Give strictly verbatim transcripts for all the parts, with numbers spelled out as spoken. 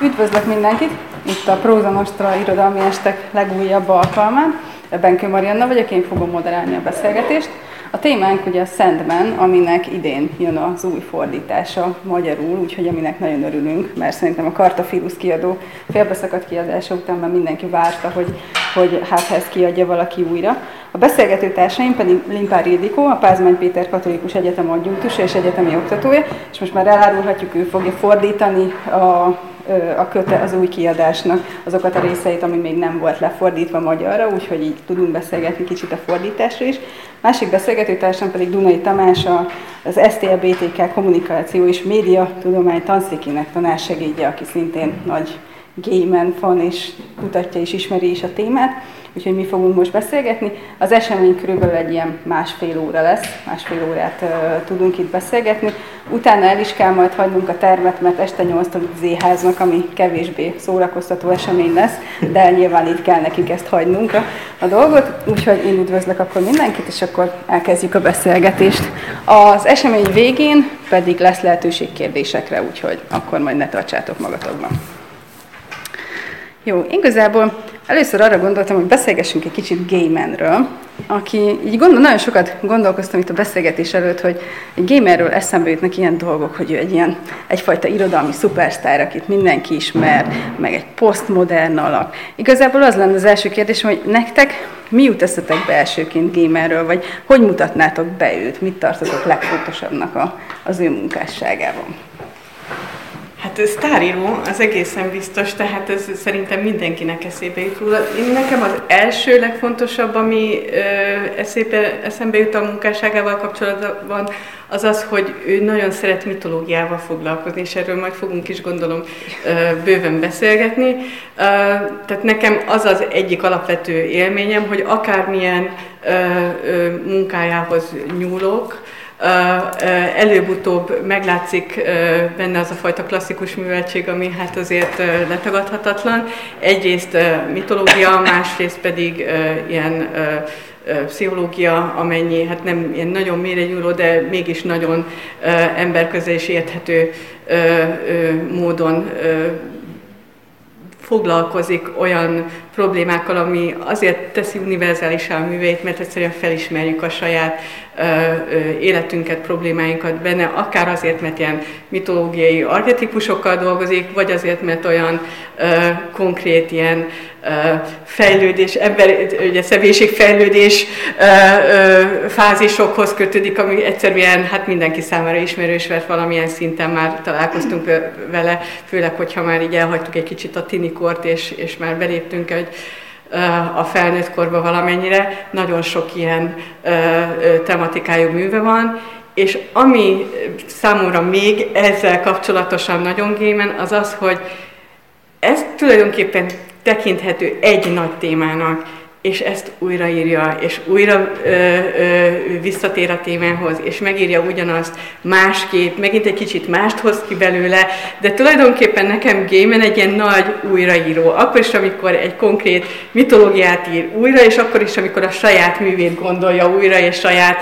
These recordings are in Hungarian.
Üdvözlök mindenkit! Itt a Próza Nostra irodalmi estek legújabb alkalmán. Benkő Marianna vagyok, én fogom moderálni a beszélgetést. A témánk ugye a Sandman, aminek idén jön az új fordítása magyarul, úgyhogy aminek nagyon örülünk, mert szerintem a Kartafilus kiadó félbeszakadt kiadása után már mindenki várta, hogy, hogy hát ha ezt kiadja valaki újra. A beszélgető társaim pedig Limpár Ildikó, a Pázmány Péter Katolikus Egyetem adjunktusa és egyetemi oktatója, és most már elárulhatjuk, ő fogja fordítani a a köte, az új kiadásnak azokat a részeit, ami még nem volt lefordítva magyarra, úgyhogy így tudunk beszélgetni kicsit a fordításra is. Másik beszélgetőtársam pedig Dunai Tamás, az es té el bé té ká Kommunikáció és Média Tudomány Tanszékének tanársegédje, aki szintén nagy Gaiman fan és kutatja és ismeri is a témát. Úgyhogy mi fogunk most beszélgetni. Az esemény körülbelül egy ilyen másfél óra lesz, másfél órát uh, tudunk itt beszélgetni. Utána el is kell majd hagynunk a termet, mert este nyolctól Z-háznak, ami kevésbé szórakoztató esemény lesz, de nyilván itt kell nekik ezt hagynunk a, a dolgot. Úgyhogy én üdvözlök akkor mindenkit, és akkor elkezdjük a beszélgetést. Az esemény végén pedig lesz lehetőség kérdésekre, úgyhogy akkor majd ne tartsátok magatokban. Jó, én igazából először arra gondoltam, hogy beszélgessünk egy kicsit Gaimanről, aki így gondol, nagyon sokat gondolkoztam itt a beszélgetés előtt, hogy egy Gaimanről eszembe jutnak ilyen dolgok, hogy ő egy ilyen, egyfajta irodalmi szupersztár, akit mindenki ismer, meg egy posztmodern alak. Igazából az lenne az első kérdésem, hogy nektek mi jut eszetek be elsőként Gaimanről, vagy hogy mutatnátok be őt, mit tartotok legfontosabbnak a, az ő munkásságában? Hát sztáríró, az egészen biztos, tehát ez szerintem mindenkinek eszébe jut róla. Én nekem az első legfontosabb, ami ö, eszébe, eszembe jut a munkásságával kapcsolatban, az az, hogy ő nagyon szeret mitológiával foglalkozni, és erről majd fogunk is, gondolom, ö, bőven beszélgetni. Ö, tehát nekem az az egyik alapvető élményem, hogy akármilyen ö, ö, munkájához nyúlok, Uh, előbb-utóbb meglátszik uh, benne az a fajta klasszikus műveltség, ami hát azért uh, letagadhatatlan. Egyrészt uh, mitológia, másrészt pedig uh, ilyen uh, uh, pszichológia, amennyi hát nem ilyen nagyon mélyre nyúló, de mégis nagyon uh, emberközel és érthető uh, uh, módon uh, foglalkozik olyan problémákkal, ami azért teszi univerzálisá a műveit, mert egyszerűen felismerjük a saját ö, ö, életünket, problémáinkat benne, akár azért, mert ilyen mitológiai archetipusokkal dolgozik, vagy azért, mert olyan ö, konkrét ilyen ö, fejlődés, ember, ugye személyiségfejlődés ö, ö, fázisokhoz kötődik, ami egyszerűen hát mindenki számára ismerős, mert valamilyen szinten már találkoztunk vele, főleg, hogyha már így elhagytuk egy kicsit a tinikort, és, és már beléptünk egy a felnőtt korba valamennyire, nagyon sok ilyen ö, ö, tematikájú műve van, és ami számomra még ezzel kapcsolatosan nagyon Gaiman, az az, hogy ez tulajdonképpen tekinthető egy nagy témának, és ezt újraírja, és újra ö, ö, visszatér a témához, és megírja ugyanazt másképp, megint egy kicsit mást hoz ki belőle, de tulajdonképpen nekem Gaiman egy ilyen nagy újraíró. Akkor is, amikor egy konkrét mitológiát ír újra, és akkor is, amikor a saját művét gondolja újra, és saját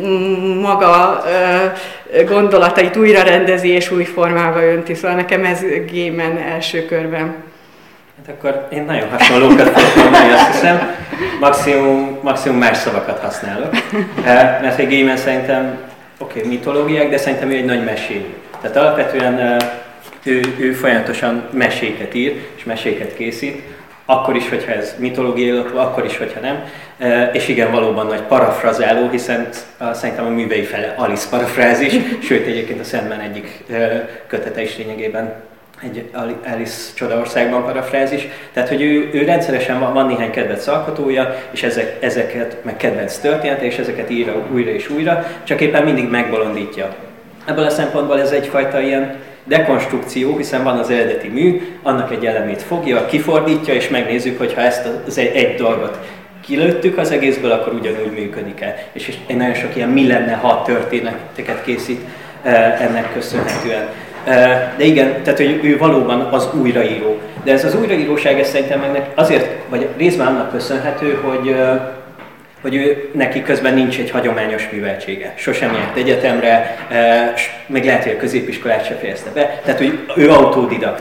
maga ö, gondolatait újra rendezi, és új formába önti. Szóval nekem ez Gaiman első körben. Hát akkor én nagyon hasonlókat fogok mondani, azt hiszem. Maximum, maximum más szavakat használok. Mert egy Gaiman szerintem, oké, okay, mitológiák, de szerintem ő egy nagy mesélő. Tehát alapvetően ő, ő folyamatosan meséket ír, és meséket készít. Akkor is, hogyha ez mitológiai, akkor is, hogyha nem. És igen, valóban nagy parafrazáló, hiszen szerintem a művei fele Alice parafrázis, sőt egyébként a Sandman egyik kötete is lényegében egy Alice Csodaországban parafrázis, tehát hogy ő, ő rendszeresen van, van néhány kedvenc alkotója, és ezek, ezeket, meg kedvenc története, és ezeket írja újra és újra, csak éppen mindig megbolondítja. Ebből a szempontból ez egyfajta ilyen dekonstrukció, hiszen van az eredeti mű, annak egy elemét fogja, kifordítja, és megnézzük, hogy ha ezt az egy, egy dolgot kilőttük az egészből, akkor ugyanúgy működik-e. És egy nagyon sok ilyen mi lenne, ha történeteket készít ennek köszönhetően. De igen, tehát hogy ő valóban az újraíró. De ez az újraíróság, ez szerintem meg azért, vagy részben annak köszönhető, hogy, hogy ő neki közben nincs egy hagyományos műveltsége. Sosem járt egyetemre, meg lehet, hogy a középiskolát se fejezte be. Tehát, hogy ő autodidakta.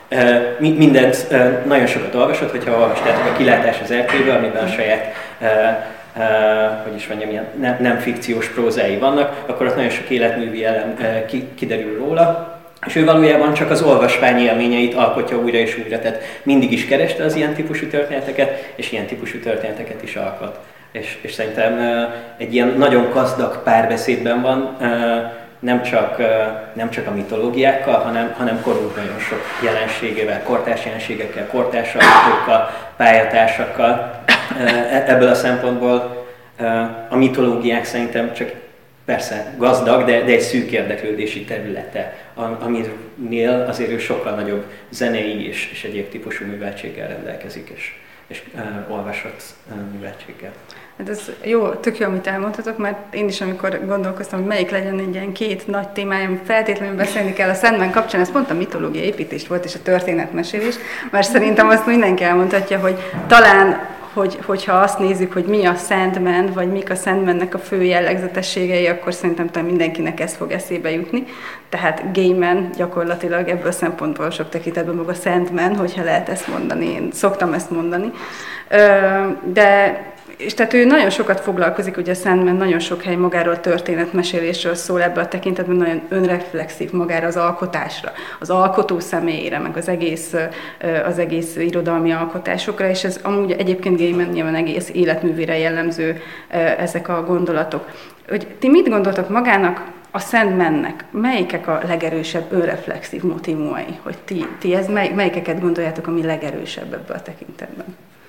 Mindent, nagyon sokat olvasott, hogyha olvastátok a Kilátás az erkélyből, amiben a saját Uh, hogy is mondjam, ilyen nem, nem fikciós prózái vannak, akkor ott nagyon sok életművi elem uh, ki, kiderül róla. És ő valójában csak az olvasmány élményeit alkotja újra és újra, tehát mindig is kereste az ilyen típusú történeteket, és ilyen típusú történeteket is alkot. És, és szerintem uh, egy ilyen nagyon gazdag párbeszédben van, uh, nem csak, uh, nem csak a mitológiákkal, hanem, hanem korunk nagyon sok jelenségével, kortárs jelenségekkel, kortárs alkotókkal, pályatársakkal. Ebből a szempontból a mitológiák szerintem csak persze gazdag, de, de egy szűk érdeklődési területe, aminél azért ő sokkal nagyobb zenei és, és egyéb típusú műveltséggel rendelkezik, és, és uh, olvasott uh, műveltséggel. Hát ez jó, tök jó, amit elmondhatok, mert én is, amikor gondolkoztam, hogy melyik legyen egy ilyen két nagy témája, amit feltétlenül beszélni kell a Sandman kapcsán, ez pont a mitológiai építés volt, és a történetmesélés, mert szerintem azt mindenki elmondhatja, hogy talán Hogy, hogyha azt nézzük, hogy mi a Sandman, vagy mik a Sandmannek a fő jellegzetességei, akkor szerintem talán mindenkinek ez fog eszébe jutni. Tehát Gaiman gyakorlatilag ebből a szempontból sok tekintetben maga Sandman, hogyha lehet ezt mondani, én szoktam ezt mondani. De és tehát ő nagyon sokat foglalkozik, ugye a Sandman nagyon sok hely magáról történetmesélésről szól, ebből a tekintetben nagyon önreflexív magára az alkotásra, az alkotó személyére, meg az egész, az egész irodalmi alkotásokra, és ez amúgy egyébként Gaiman nyilván egész életművére jellemző ezek a gondolatok. Hogy ti mit gondoltok magának a Sandmannek? Melyikek a legerősebb önreflexív motivumai? Hogy ti, ti ez, mely, melyikeket gondoljátok, ami legerősebb ebből a tekintetben?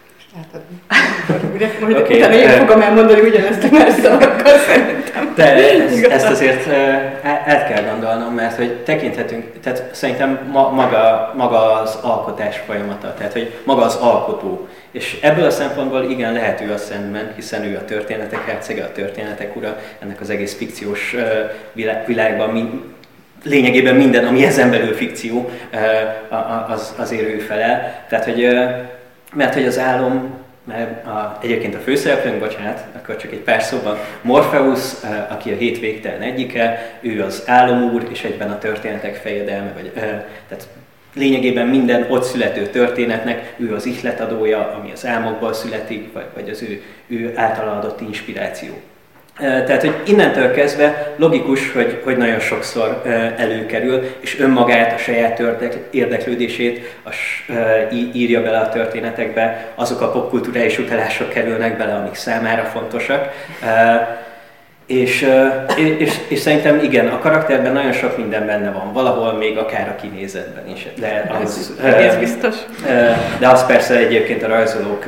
Majd okay, utána én fogom elmondani ugyanezt a más szavakkal szerintem. De ezt, ezt azért el kell gondolnom, mert hogy tekinthetünk, tehát szerintem ma, maga, maga az alkotás folyamata, tehát hogy maga az alkotó. És ebből a szempontból igen, lehet ő a Sandman, hiszen ő a történetek hercege, a történetek ura, ennek az egész fikciós világban mind, lényegében minden, ami ezen belül fikció, az, azért ő felel. Tehát, hogy mert hogy az álom, mert a, egyébként a főszereplőnk, bocsánat, akkor csak egy pár szóban, Morpheus, aki a hét végtelen egyike, ő az álomúr, és egyben a történetek fejedelme, vagy, tehát lényegében minden ott születő történetnek ő az ihletadója, ami az álmokból születik, vagy, vagy az ő, ő általa adott inspiráció. Tehát, hogy innentől kezdve logikus, hogy, hogy nagyon sokszor előkerül, és önmagát, a saját érdeklődését az, írja bele a történetekbe, azok a popkulturális utalások kerülnek bele, amik számára fontosak. És, és, és szerintem igen, a karakterben nagyon sok minden benne van, valahol még akár a kinézetben is. De az, ez biztos. De az persze egyébként a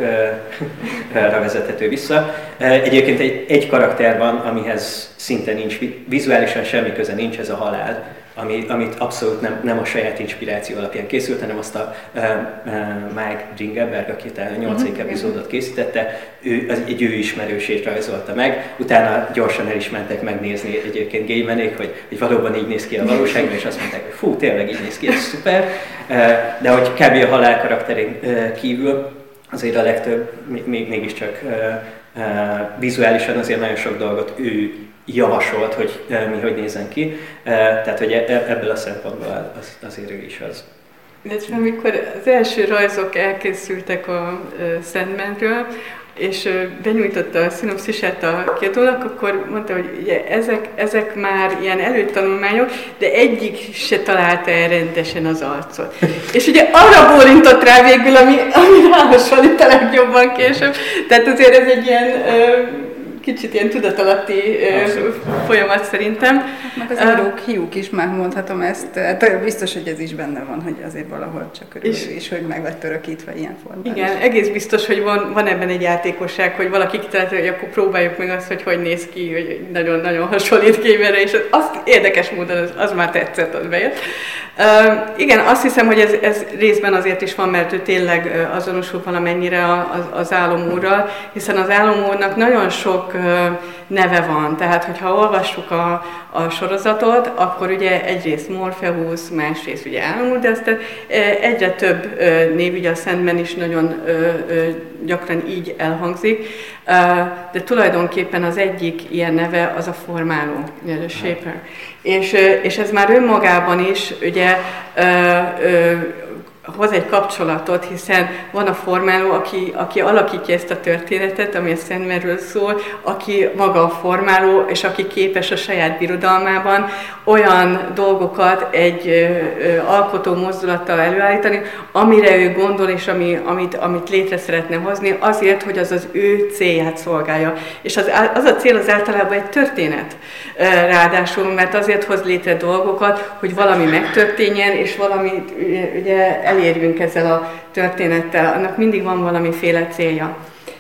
rajzolókra vezethető vissza. Egyébként egy, egy karakter van, amihez szinte nincs, vizuálisan semmi köze nincs, ez a halál, ami, amit abszolút nem, nem a saját inspiráció alapján készült, hanem azt a uh, uh, Mike Dringenberg, aki a nyolcadik epizódot készítette, ő, az, egy ő ismerősét rajzolta meg, utána gyorsan el is mentek megnézni egyébként Gaimanék, hogy, hogy valóban így néz ki a valóságban, és azt mondták, hogy fú, tényleg így néz ki, ez szuper, uh, de hogy kb. A halál karakterén uh, kívül azért a legtöbb, még, mégiscsak uh, uh, vizuálisan azért nagyon sok dolgot ő javasolt, hogy mi hogy nézzen ki, tehát hogy ebből a szempontból az, azért ő is az. Illetve amikor az első rajzok elkészültek a Sandmanről, és benyújtotta a szinopszisát a kiadónak, akkor mondta, hogy ugye ezek, ezek már ilyen előtanulmányok, de egyik se találta el rendesen az arcot. És ugye arra bólintott rá végül, ami, ami ráhasonlít a legjobban később. Tehát azért ez egy ilyen kicsit ilyen tudatalatti uh, folyamat szerintem. Meg az írók, hiúk is, már mondhatom ezt. Hát biztos, hogy ez is benne van, hogy azért valahol csak örül és, és hogy meg lett örökítve ilyen formában. Igen, is. Egész biztos, hogy van, van ebben egy játékosság, hogy valaki kitalálta, hogy akkor próbáljuk meg azt, hogy hogy néz ki, hogy nagyon-nagyon hasonlít Gaimanre, és az érdekes módon az, az már tetszett, az bejött. Uh, igen, azt hiszem, hogy ez, ez részben azért is van, mert ő tényleg azonosul valamennyire az, az álomúrral, hiszen az álomúrnak nagyon sok uh, neve van. Tehát, hogyha olvassuk a, a sorozatot, akkor ugye egyrészt Morpheus, másrészt ugye álomúr, de aztán uh, egyre több uh, név, ugye a Sandman is nagyon uh, uh, gyakran így elhangzik, uh, de tulajdonképpen az egyik ilyen neve az a formáló, a shaper. És, és ez már önmagában is, ugye, ö, ö, hoz egy kapcsolatot, hiszen van a formáló, aki, aki alakítja ezt a történetet, ami a Sandmanről szól, aki maga a formáló, és aki képes a saját birodalmában olyan dolgokat egy ö, ö, alkotó mozdulattal előállítani, amire ő gondol, és ami, amit, amit létre szeretne hozni, azért, hogy az az ő célját szolgálja. És az, az a cél az általában egy történet ö, ráadásul, mert azért hoz létre dolgokat, hogy valami megtörténjen, és valamit ugye elérjünk ezzel a történettel, annak mindig van valamiféle célja.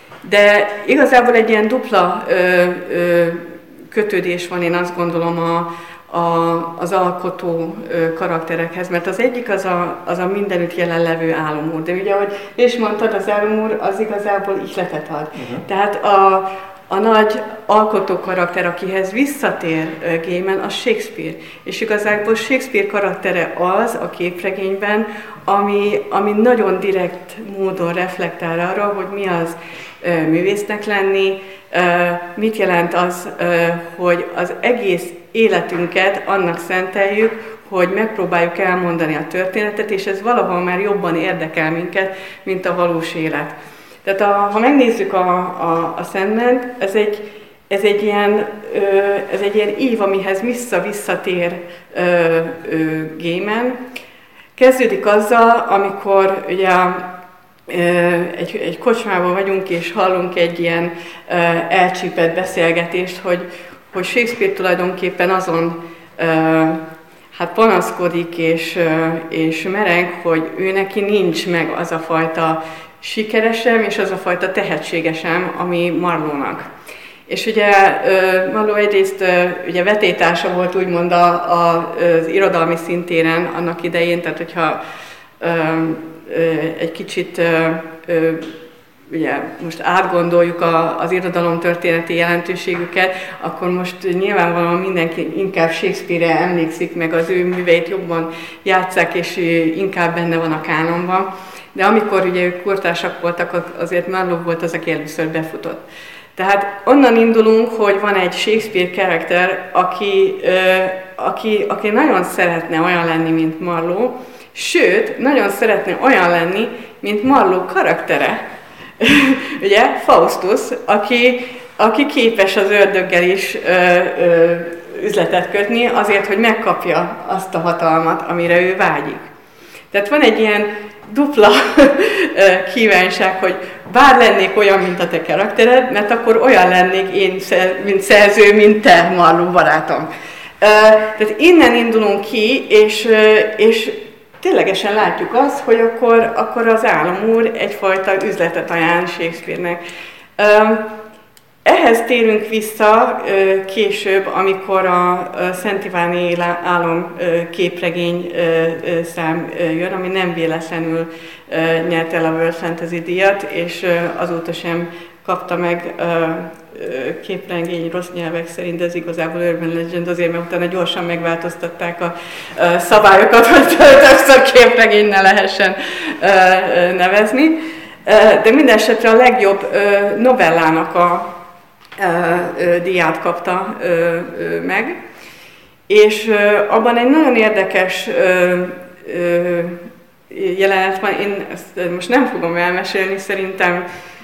De igazából egy ilyen dupla ö, ö, kötődés van, én azt gondolom, a, a, az alkotó ö, karakterekhez, mert az egyik az a, az a mindenütt jelenlevő álomúr, de ugye, ahogy és mondtad, az álomúr az igazából ihletet ad. Uh-huh. Tehát a A nagy alkotó karakter, akihez visszatér Gaiman, az Shakespeare. És igazából Shakespeare karaktere az a képregényben, ami, ami nagyon direkt módon reflektál arra, hogy mi az művésznek lenni, mit jelent az, hogy az egész életünket annak szenteljük, hogy megpróbáljuk elmondani a történetet, és ez valahol már jobban érdekel minket, mint a valós élet. Tehát a, ha megnézzük a, a, a Sandmant, ez egy, ez, egy ilyen, ö, ez egy ilyen ív, amihez vissza-visszatér ö, ö, Gaiman. Kezdődik azzal, amikor ugye, ö, egy, egy kocsmában vagyunk, és hallunk egy ilyen ö, elcsípett beszélgetést, hogy, hogy Shakespeare tulajdonképpen azon ö, hát panaszkodik és, ö, és mereng, hogy ő neki nincs meg az a fajta sikeresem, és az a fajta tehetségesem, ami Marlowe-nak. És ugye Marlowe egyrészt ugye vetétársa volt úgymond a, a, az irodalmi szintéren annak idején, tehát hogyha ö, ö, egy kicsit ö, ö, ugye most átgondoljuk a, az irodalom történeti jelentőségüket, akkor most nyilvánvalóan mindenki inkább Shakespeare-re emlékszik, meg az ő műveit jobban játsszák, és inkább benne van a kánonban. De amikor ugye ők kortársak voltak, azért Marlowe volt az, aki először befutott. Tehát onnan indulunk, hogy van egy Shakespeare karakter, aki, ö, aki, aki nagyon szeretne olyan lenni, mint Marlowe, sőt, nagyon szeretne olyan lenni, mint Marlowe karaktere, ugye, Faustus, aki, aki képes az ördöggel is ö, ö, üzletet kötni, azért, hogy megkapja azt a hatalmat, amire ő vágyik. Tehát van egy ilyen dupla kívánság, hogy bár lennék olyan, mint a te karaktered, mert akkor olyan lennék én, mint szerző, mint te, Marlowe barátom. Tehát innen indulunk ki, és, és ténylegesen látjuk azt, hogy akkor, akkor az álomúr egyfajta üzletet ajánl Shakespeare-nek. Ehhez térünk vissza később, amikor a Szent Iváni álom képregény szám jön, ami nem véletlenül nyert el a World Fantasy díjat, és azóta sem kapta meg képregény rossz nyelvek szerint, de ez igazából Urban Legend, azért, mert utána gyorsan megváltoztatták a szabályokat, hogy többször képregény ne lehessen nevezni. De minden esetre a legjobb novellának a díját kapta meg, és abban egy nagyon érdekes jelenet van, én ezt most nem fogom elmesélni, szerintem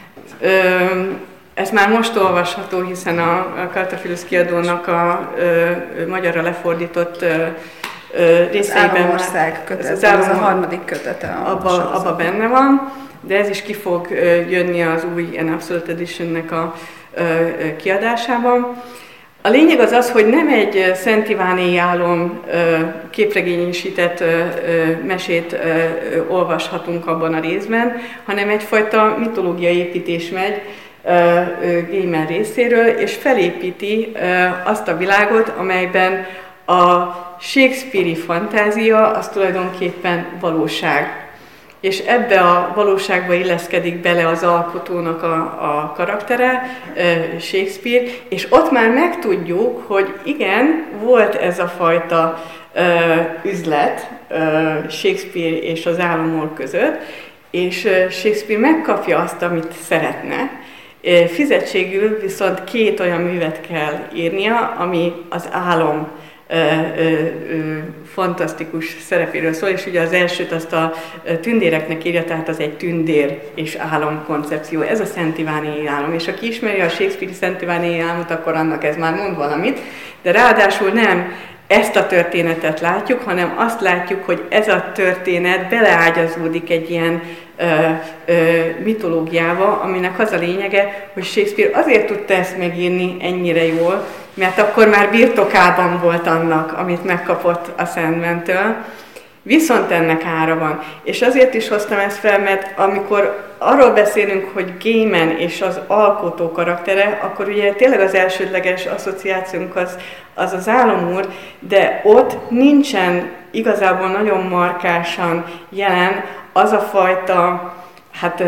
ez már most olvasható, hiszen a Kartaphilus kiadónak a magyarra lefordított részeiben az Álomország kötet, ez, ez a harmadik kötete. Abba, abba benne van, de ez is ki fog jönni az új An Absolute Editionnek a kiadásában. A lényeg az az, hogy nem egy Szent Iváni álom képregényesített mesét olvashatunk abban a részben, hanem egyfajta mitológiai építés megy Gaiman részéről, és felépíti azt a világot, amelyben a Shakespeare-i fantázia az tulajdonképpen valóság. És ebbe a valóságba illeszkedik bele az alkotónak a, a karaktere, Shakespeare, és ott már megtudjuk, hogy igen, volt ez a fajta uh, üzlet uh, Shakespeare és az álomúr között, és uh, Shakespeare megkapja azt, amit szeretne. Uh, fizetségül viszont két olyan művet kell írnia, ami az álom ö, ö, ö, fantasztikus szerepéről szól, és ugye az elsőt azt a tündéreknek írja, tehát az egy tündér és álom koncepció. Ez a Szent Iváni álom, és aki ismeri a Shakespeare-i Szent Iváni álmot, akkor annak ez már mond valamit, de ráadásul nem ezt a történetet látjuk, hanem azt látjuk, hogy ez a történet beleágyazódik egy ilyen ö, ö, mitológiába, aminek az a lényege, hogy Shakespeare azért tudta ezt megírni ennyire jól, mert akkor már birtokában volt annak, amit megkapott a Sandmantől. Viszont ennek ára van. És azért is hoztam ezt fel, mert amikor arról beszélünk, hogy Gaiman és az alkotó karaktere, akkor ugye tényleg az elsődleges asszociációnk az az, az álomúr, de ott nincsen igazából nagyon markánsan jelen az a fajta hát,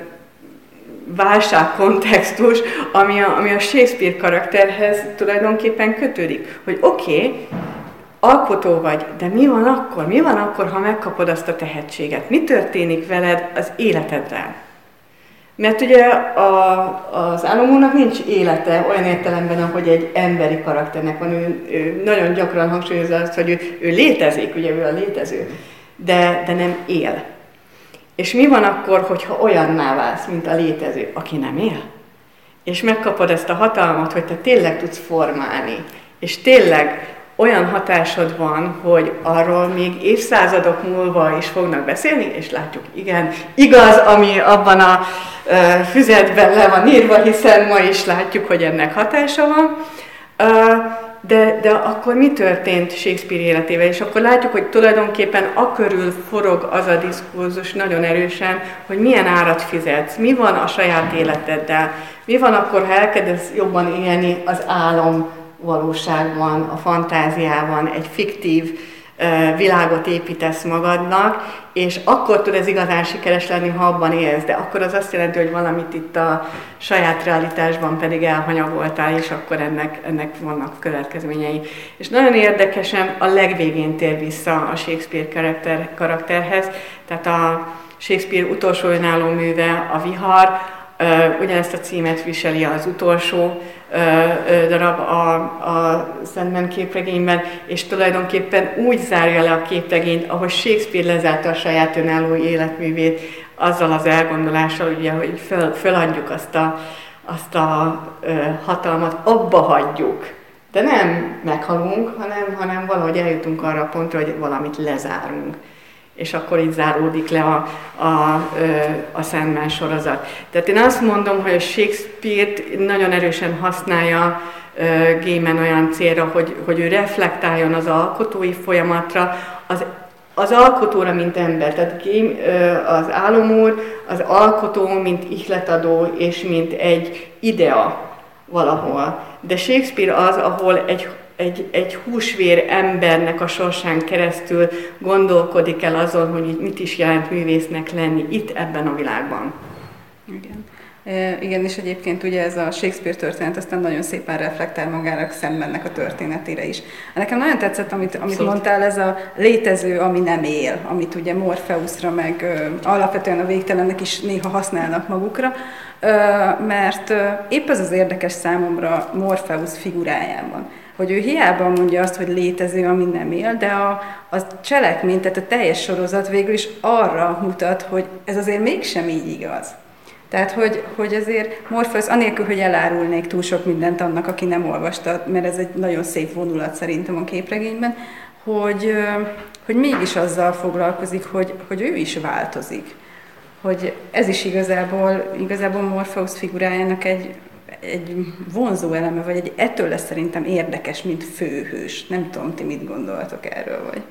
válságkontextus, ami a, ami a Shakespeare karakterhez tulajdonképpen kötődik. Hogy oké, okay, alkotó vagy, de mi van akkor? Mi van akkor, ha megkapod azt a tehetséget? Mi történik veled az életeddel? Mert ugye a, az álomúrnak nincs élete olyan értelemben, ahogy egy emberi karakternek van. Ő, ő nagyon gyakran hangsúlyozza azt, hogy ő, ő létezik, ugye ő a létező, de, de nem él. És mi van akkor, hogyha olyanná válsz, mint a létező, aki nem él? És megkapod ezt a hatalmat, hogy te tényleg tudsz formálni, és tényleg olyan hatásod van, hogy arról még évszázadok múlva is fognak beszélni, és látjuk, igen, igaz, ami abban a uh, füzetben le van írva, hiszen ma is látjuk, hogy ennek hatása van. Uh, de, de akkor mi történt Shakespeare életével? És akkor látjuk, hogy tulajdonképpen akörül forog az a diszkurzus nagyon erősen, hogy milyen árat fizetsz, mi van a saját életeddel, mi van akkor, ha elkezdesz jobban élni az álom valóságban, a fantáziában, egy fiktív uh, világot építesz magadnak, és akkor tud ez igazán sikeres lenni, ha abban élsz, de akkor az azt jelenti, hogy valamit itt a saját realitásban pedig elhanyagoltál, és akkor ennek, ennek vannak következményei. És nagyon érdekesen a legvégén tér vissza a Shakespeare karakter, karakterhez, tehát a Shakespeare utolsó önálló műve, a Vihar, uh, ugyanezt a címet viseli az utolsó darab a, a Sandman képregényben, és tulajdonképpen úgy zárja le a képregényt, ahogy Shakespeare lezárta a saját önálló életművét, azzal az elgondolással, ugye, hogy föl, föladjuk azt a, azt a ö, hatalmat, abba hagyjuk. De nem meghalunk, hanem, hanem valahogy eljutunk arra a pontra, hogy valamit lezárunk. És akkor így záródik le a, a, a Sandman sorozat. Tehát én azt mondom, hogy a Shakespeare-t nagyon erősen használja Gaiman olyan célra, hogy, hogy ő reflektáljon az alkotói folyamatra, az, az alkotóra, mint ember. Tehát az álomúr, az alkotó, mint ihletadó, és mint egy idea valahol. De Shakespeare az, ahol egy Egy, egy húsvér embernek a sorsán keresztül gondolkodik el azon, hogy mit is jelent művésznek lenni itt ebben a világban. Igen. E, igen, és egyébként ugye ez a Shakespeare történet aztán nagyon szépen reflektál magára Sandmannek a történetére is. Nekem nagyon tetszett, amit, amit mondtál, ez a létező, ami nem él, amit ugye Morpheusra, meg ö, alapvetően a végtelennek is néha használnak magukra, ö, mert ö, épp ez az érdekes számomra Morpheus figurájában, hogy ő hiába mondja azt, hogy létező, ami nem él, de a, a cselekmény, tehát a teljes sorozat végül is arra mutat, hogy ez azért mégsem így igaz. Tehát, hogy, hogy azért Morpheus, anélkül, hogy elárulnék túl sok mindent annak, aki nem olvasta, mert ez egy nagyon szép vonulat szerintem a képregényben, hogy, hogy mégis azzal foglalkozik, hogy, hogy ő is változik. Hogy ez is igazából, igazából Morpheus figurájának egy, egy vonzó eleme, vagy egy ettől lesz szerintem érdekes, mint főhős. Nem tudom, ti mit gondoltok erről, vagy?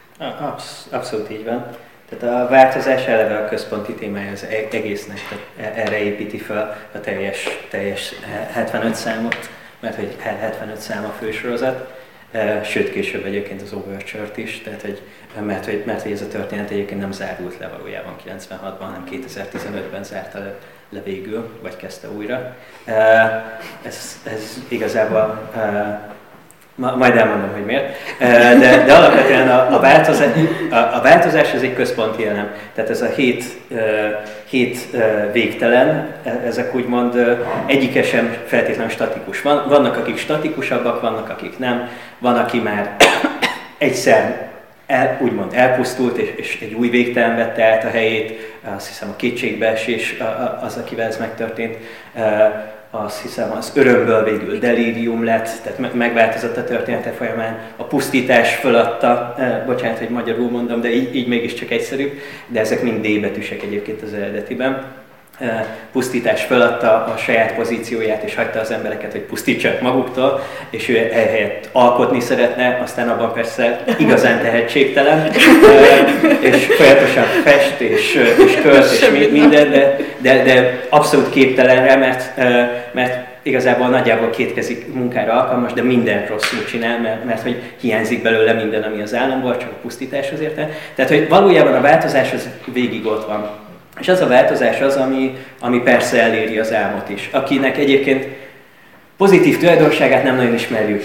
Absz- abszolút így van. Tehát a változás eleve a központi témája az egésznek, tehát erre építi fel a teljes, teljes hetvenöt számot, mert hogy hetvenöt szám a fősorozat, sőt később egyébként az Overture-t is, tehát hogy, mert, hogy, mert hogy ez a történet egyébként nem zárult le valójában kilencvenhatban, hanem kétezer-tizenötben zárta le, le végül, vagy kezdte újra. Ez, ez igazából Ma, majd elmondom, hogy miért. De, de alapvetően a, a, változás, a, a változás ez egy központi elem. Tehát ez a hét, hét végtelen, ezek úgymond egyike sem feltétlenül statikus. Van, vannak, akik statikusabbak, vannak, akik nem. Van, aki már egyszer el, úgymond elpusztult, és, és egy új végtelen vette át a helyét. Azt hiszem a kétségbeesés az, akivel ez megtörtént. Azt hiszem az örömből végül delírium lett, tehát megváltozott a története folyamán, a pusztítás föladta, eh, bocsánat, hogy magyarul mondom, de így, így mégiscsak egyszerűbb, de ezek mind D betűsek egyébként az eredetiben. Eh, pusztítás föladta a saját pozícióját, és hagyta az embereket, hogy pusztítsanak maguktól, és ő ehelyett alkotni szeretne, aztán abban persze igazán tehetségtelen, eh, és folyamatosan fest, és, és költ, és minden, de, de, de abszolút képtelen rá, mert, eh, mert igazából nagyjából kétkezi munkára alkalmas, de mindent rosszul csinál, mert, mert hogy hiányzik belőle minden, ami az államból, csak a pusztításhoz érte. Tehát, hogy valójában a változás az végig ott van. És az a változás az, ami, ami persze eléri az álmot is. Akinek egyébként pozitív tulajdonságát nem nagyon ismerjük.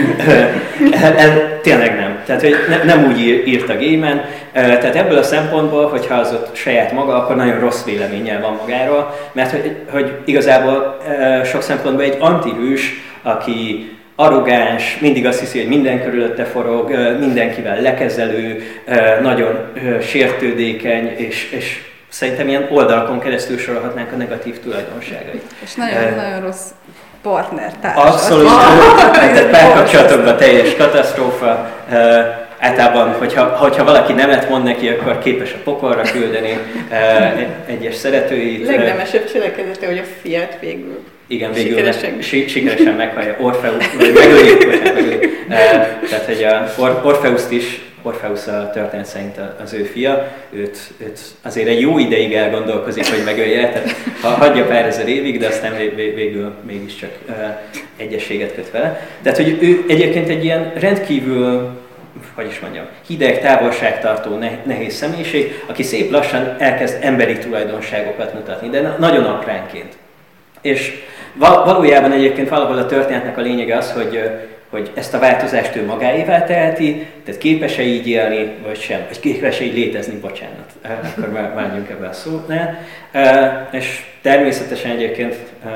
Tényleg nem. Tehát, hogy ne, nem úgy írta Gaiman. Tehát ebből a szempontból, hogyha az ott saját maga, akkor nagyon rossz véleménnyel van magáról, mert hogy, hogy igazából sok szempontból egy antihős, aki arrogáns, mindig azt hiszi, hogy minden körülötte forog, mindenkivel lekezelő, nagyon sértődékeny, és, és szerintem ilyen oldalakon keresztül sorolhatnánk a negatív tulajdonságait. És nagyon-nagyon uh, rossz partnertárs. Abszolút. Tehát párkapcsolatokban teljes katasztrófa. Uh, általában, hogyha, hogyha valaki nemet mond neki, akkor képes a pokolra küldeni uh, egyes szeretőit. Legnemesebb cselekedete, hogy a fiát végül. Igen, végül sikeresen, meg, sikeresen meghallja Orfeusz, vagy megöljük, megöljük. Uh, tehát, hogy a Or, Orfeuszt is, Orfeusz a történet szerint az ő fia, őt, őt azért egy jó ideig elgondolkozik, hogy megölje, tehát ha hagyja pár ezer évig, de aztán végül mégiscsak uh, egyességet köt vele. Tehát, hogy ő egyébként egy ilyen rendkívül, hogy is mondjam, hideg, távolságtartó, nehéz személyiség, aki szép lassan elkezd emberi tulajdonságokat mutatni, de nagyon apránként. És valójában egyébként valahol a történetnek a lényege az, hogy, hogy ezt a változást ő magáévá teheti, tehát képes-e így élni, vagy sem, vagy képes-e így létezni, bocsánat, akkor már vágjunk ebbe a szónál. És természetesen egyébként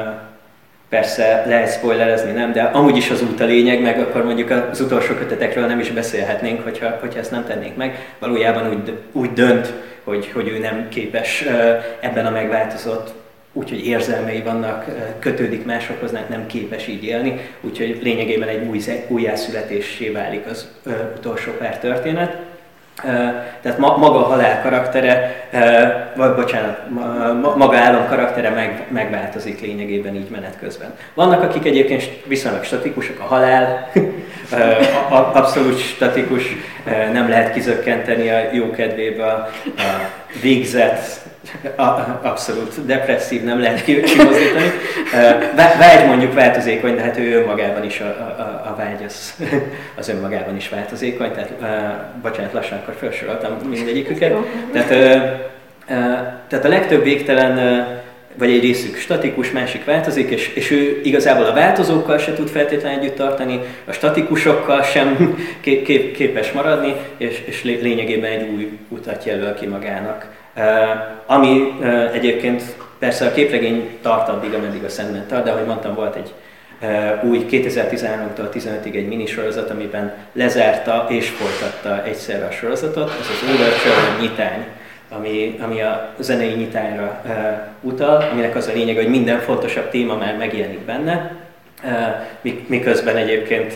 persze lehet spoilerezni, nem, de amúgy is az út a lényeg, meg akkor mondjuk az utolsó kötetekről nem is beszélhetnénk, hogyha, hogyha ezt nem tennénk meg. Valójában úgy, úgy dönt, hogy, hogy ő nem képes ebben a megváltozott, úgyhogy érzelmei vannak, kötődik másokhoz, nem képes így élni, úgyhogy lényegében egy új, újjászületéssé válik az utolsó pár történet. Tehát maga a halál karaktere, vagy bocsánat, maga álom karaktere meg, megváltozik lényegében így menet közben. Vannak, akik egyébként viszonylag statikusok, a halál abszolút statikus, nem lehet kizökkenteni a jókedvébe, a végzet abszolút depresszív, nem lehet kimozdítani. Vágy mondjuk változékony, de hát ő önmagában is, a, a, a vágy az, az önmagában is változékony, tehát bocsánat, lassan akkor felsoroltam mindegyiküket. Tehát, tehát a legtöbb végtelen, vagy egy részük statikus, másik változik, és, és ő igazából a változókkal se tud feltétlenül együtt tartani, a statikusokkal sem kép, képes maradni, és, és lényegében egy új utat jelöl ki magának. Uh, ami uh, egyébként persze a képregény tart addig, ameddig a Sandman tart, de ahogy mondtam, volt egy uh, új kétezer-tizenháromtól tizenötig egy minisorozat, amiben lezárta és folytatta egyszerre a sorozatot, ez az Overture nyitány, ami, ami a zenei nyitányra uh, utal, aminek az a lényeg, hogy minden fontosabb téma már megjelenik benne, miközben egyébként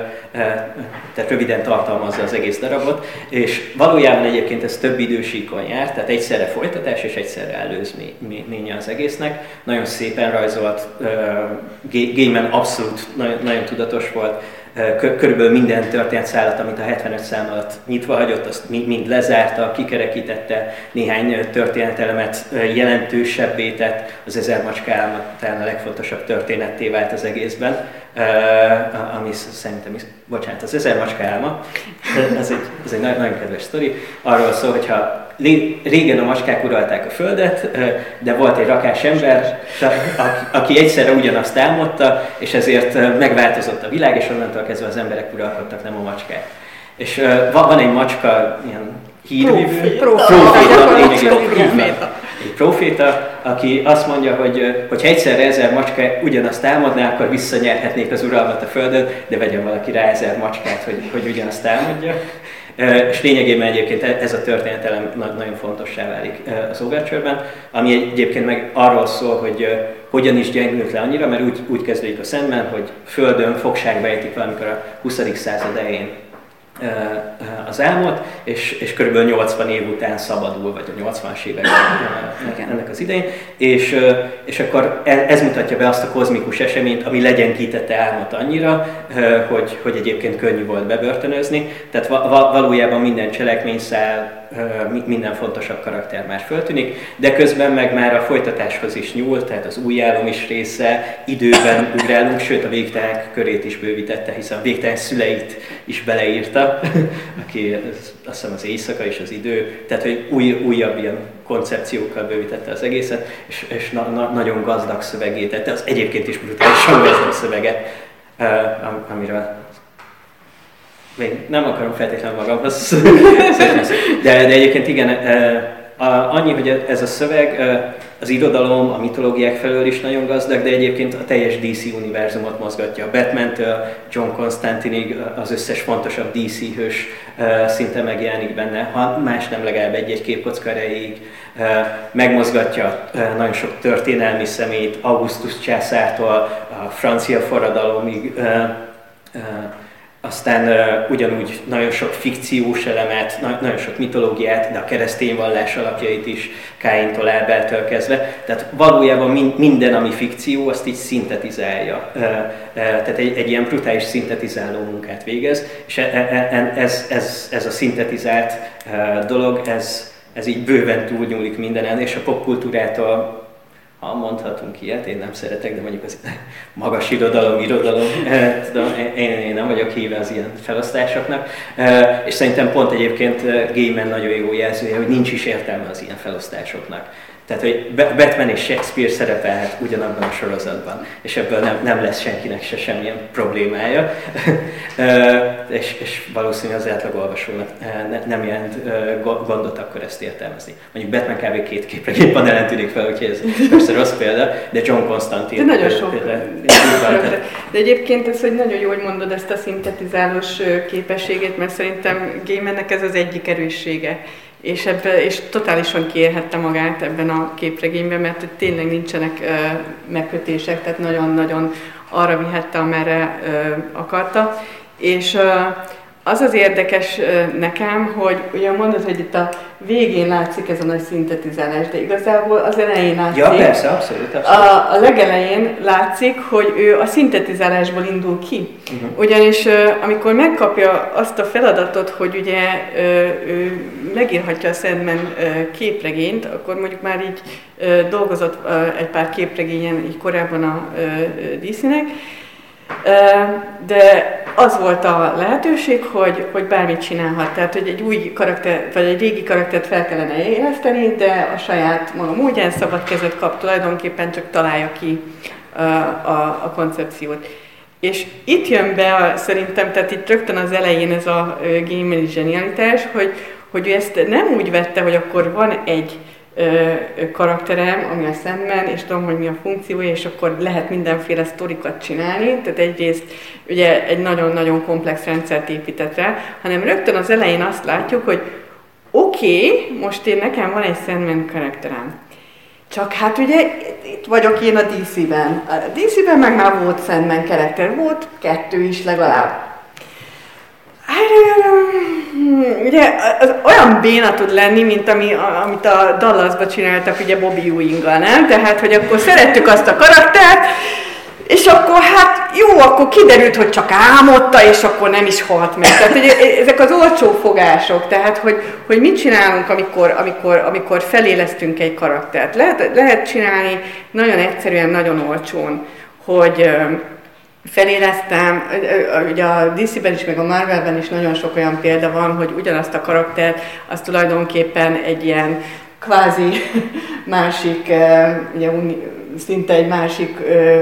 tehát röviden tartalmazza az egész darabot, és valójában egyébként ez több idősíkon jár, tehát egyszerre folytatás és egyszerre előzménye az egésznek. Nagyon szépen rajzolt, Gaiman abszolút nagyon, nagyon tudatos volt, körülbelül minden történetszálat, amit a hetvenöt szám alatt nyitva hagyott, azt mind lezárta, kikerekítette, néhány történetelemet jelentősebbé tett, az Ezer macska álma talán a legfontosabb történetté vált az egészben. ami szerintem is, bocsánat, az Ezer macska álma, ez egy, ez egy nagyon kedves sztori. Arról szól, hogyha régen a macskák uralták a földet, de volt egy rakás ember, aki egyszerre ugyanazt álmodta, és ezért megváltozott a világ, és onnantól kezdve az emberek uralkodtak, nem a macskák. És van egy macska, ilyen hírvívő, proféta, egy proféta, aki azt mondja, hogy hogyha egyszerre ezer macska ugyanazt álmodná, akkor visszanyerhetnék az uralmat a földön, de vegyen valaki rá ezer macskát, hogy, hogy ugyanazt álmodja. És lényegében egyébként ez a történetelem nagyon fontossá válik az Overture-ben, ami egyébként meg arról szól, hogy hogyan is gyengült le annyira, mert úgy, úgy kezdődik a Sandman, hogy földön fogságba ejtik valamikor a huszadik század elején az álmot, és, és kb. nyolcvan év után szabadul, vagy a nyolcvanas évek ennek az idején, és, és akkor ez mutatja be azt a kozmikus eseményt, ami legyenkítette álmot annyira, hogy, hogy egyébként könnyű volt bebörtönözni, tehát valójában minden cselekményszál, minden fontosabb karakter már föltűnik, de közben meg már a folytatáshoz is nyúl, tehát az új álom is része, időben ugrálunk, sőt a végtelen körét is bővítette, hiszen a végtelen szüleit is beleírta, aki az, azt hiszem az éjszaka és az idő, tehát hogy új, újabb ilyen koncepciókkal bővítette az egészet, és, és na, na, nagyon gazdag szövegét tette, az egyébként is brutálisan gazdag szöveget, uh, amiről még nem akarom feltétlenül magamhoz, de, de egyébként igen, annyi, hogy ez a szöveg az irodalom, a mitológiák felől is nagyon gazdag, de egyébként a teljes dé cé univerzumot mozgatja. A Batman-től John Constantinig az összes fontosabb dé cé hős szinte megjelenik benne, ha más nem legalább egy-egy képkocka erejéig. Megmozgatja nagyon sok történelmi személyt, Augustus császártól a francia forradalomig, aztán uh, ugyanúgy nagyon sok fikciós elemet, na- nagyon sok mitológiát, de a keresztény vallás alapjait is, Káintól Ábeltől kezdve. Tehát valójában min- minden, ami fikció, azt így szintetizálja. Uh, uh, tehát egy, egy ilyen brutális szintetizáló munkát végez, és e- e- ez, ez, ez a szintetizált uh, dolog, ez, ez így bőven túlnyúlik mindenen, és a popkultúrától, ha mondhatunk ilyet, én nem szeretek, de mondjuk az magas irodalom, irodalom, tudom, én, én nem vagyok híve az ilyen felosztásoknak, és szerintem pont egyébként Gaiman nagyon jó jelzője, hogy nincs is értelme az ilyen felosztásoknak. Tehát, hogy Batman és Shakespeare szerepelhet ugyanabban a sorozatban, és ebből nem, nem lesz senkinek se semmilyen problémája, és, és valószínűleg az átlagolvasónak nem jelent gondot akkor ezt értelmezni. Mondjuk Batman kb. Két képregény panelen tűnik fel, úgyhogy ez persze rossz példa, de John Constantine... De nagyon sok. De egyébként ez, hogy nagyon jó, hogy mondod ezt a szintetizálós képességét, mert szerintem Gaimannek ez az egyik erőssége. És, ebbe, és totálisan kiérhette magát ebben a képregényben, mert tényleg nincsenek uh, megkötések, tehát nagyon-nagyon arra vihette, amerre uh, akarta. És uh, az az érdekes uh, nekem, hogy ugye mondod, hogy itt a végén látszik ez a nagy szintetizálás, de igazából az elején látszik. Ja, persze, abszolút, abszolút. A, a legelején látszik, hogy ő a szintetizálásból indul ki. Uh-huh. Ugyanis uh, amikor megkapja azt a feladatot, hogy ugye uh, ő megírhatja a Sandman uh, képregényt, akkor mondjuk már így uh, dolgozott uh, egy pár képregényen így korábban a uh, dé cének, de az volt a lehetőség, hogy, hogy bármit csinálhat. Tehát, hogy egy új karakter, vagy egy régi karaktert fel kellene éleszteni, de a saját maga módján szabad kezet kap, tulajdonképpen csak találja ki a, a, a koncepciót. És itt jön be a, szerintem, tehát itt rögtön az elején ez a Gaiman zsenialitás, hogy, hogy ő ezt nem úgy vette, hogy akkor van egy karakterem, ami a Sandman, és tudom, hogy mi a funkciója, és akkor lehet mindenféle sztorikat csinálni, tehát egyrészt ugye egy nagyon-nagyon komplex rendszert épített rá, hanem rögtön az elején azt látjuk, hogy oké, okay, most én nekem van egy Sandman karakterem. Csak hát ugye itt vagyok én a dé cében. A dé cében meg már volt Sandman karakter, volt kettő is legalább. Ugye az olyan béna tud lenni, mint ami, amit a Dallasba csináltak ugye Bobby Ewing-gal, nem? Tehát, hogy akkor szerettük azt a karaktert, és akkor hát jó, akkor kiderült, hogy csak álmodta, és akkor nem is halt meg. Tehát ugye, ezek az olcsó fogások, tehát hogy, hogy mit csinálunk, amikor, amikor, amikor felélesztünk egy karaktert. Lehet, lehet csinálni nagyon egyszerűen, nagyon olcsón, hogy feléreztem, ugye a dé cé-ben is, meg a Marvelben is nagyon sok olyan példa van, hogy ugyanazt a karaktert, az tulajdonképpen egy ilyen kvázi másik, ugye, szinte egy másik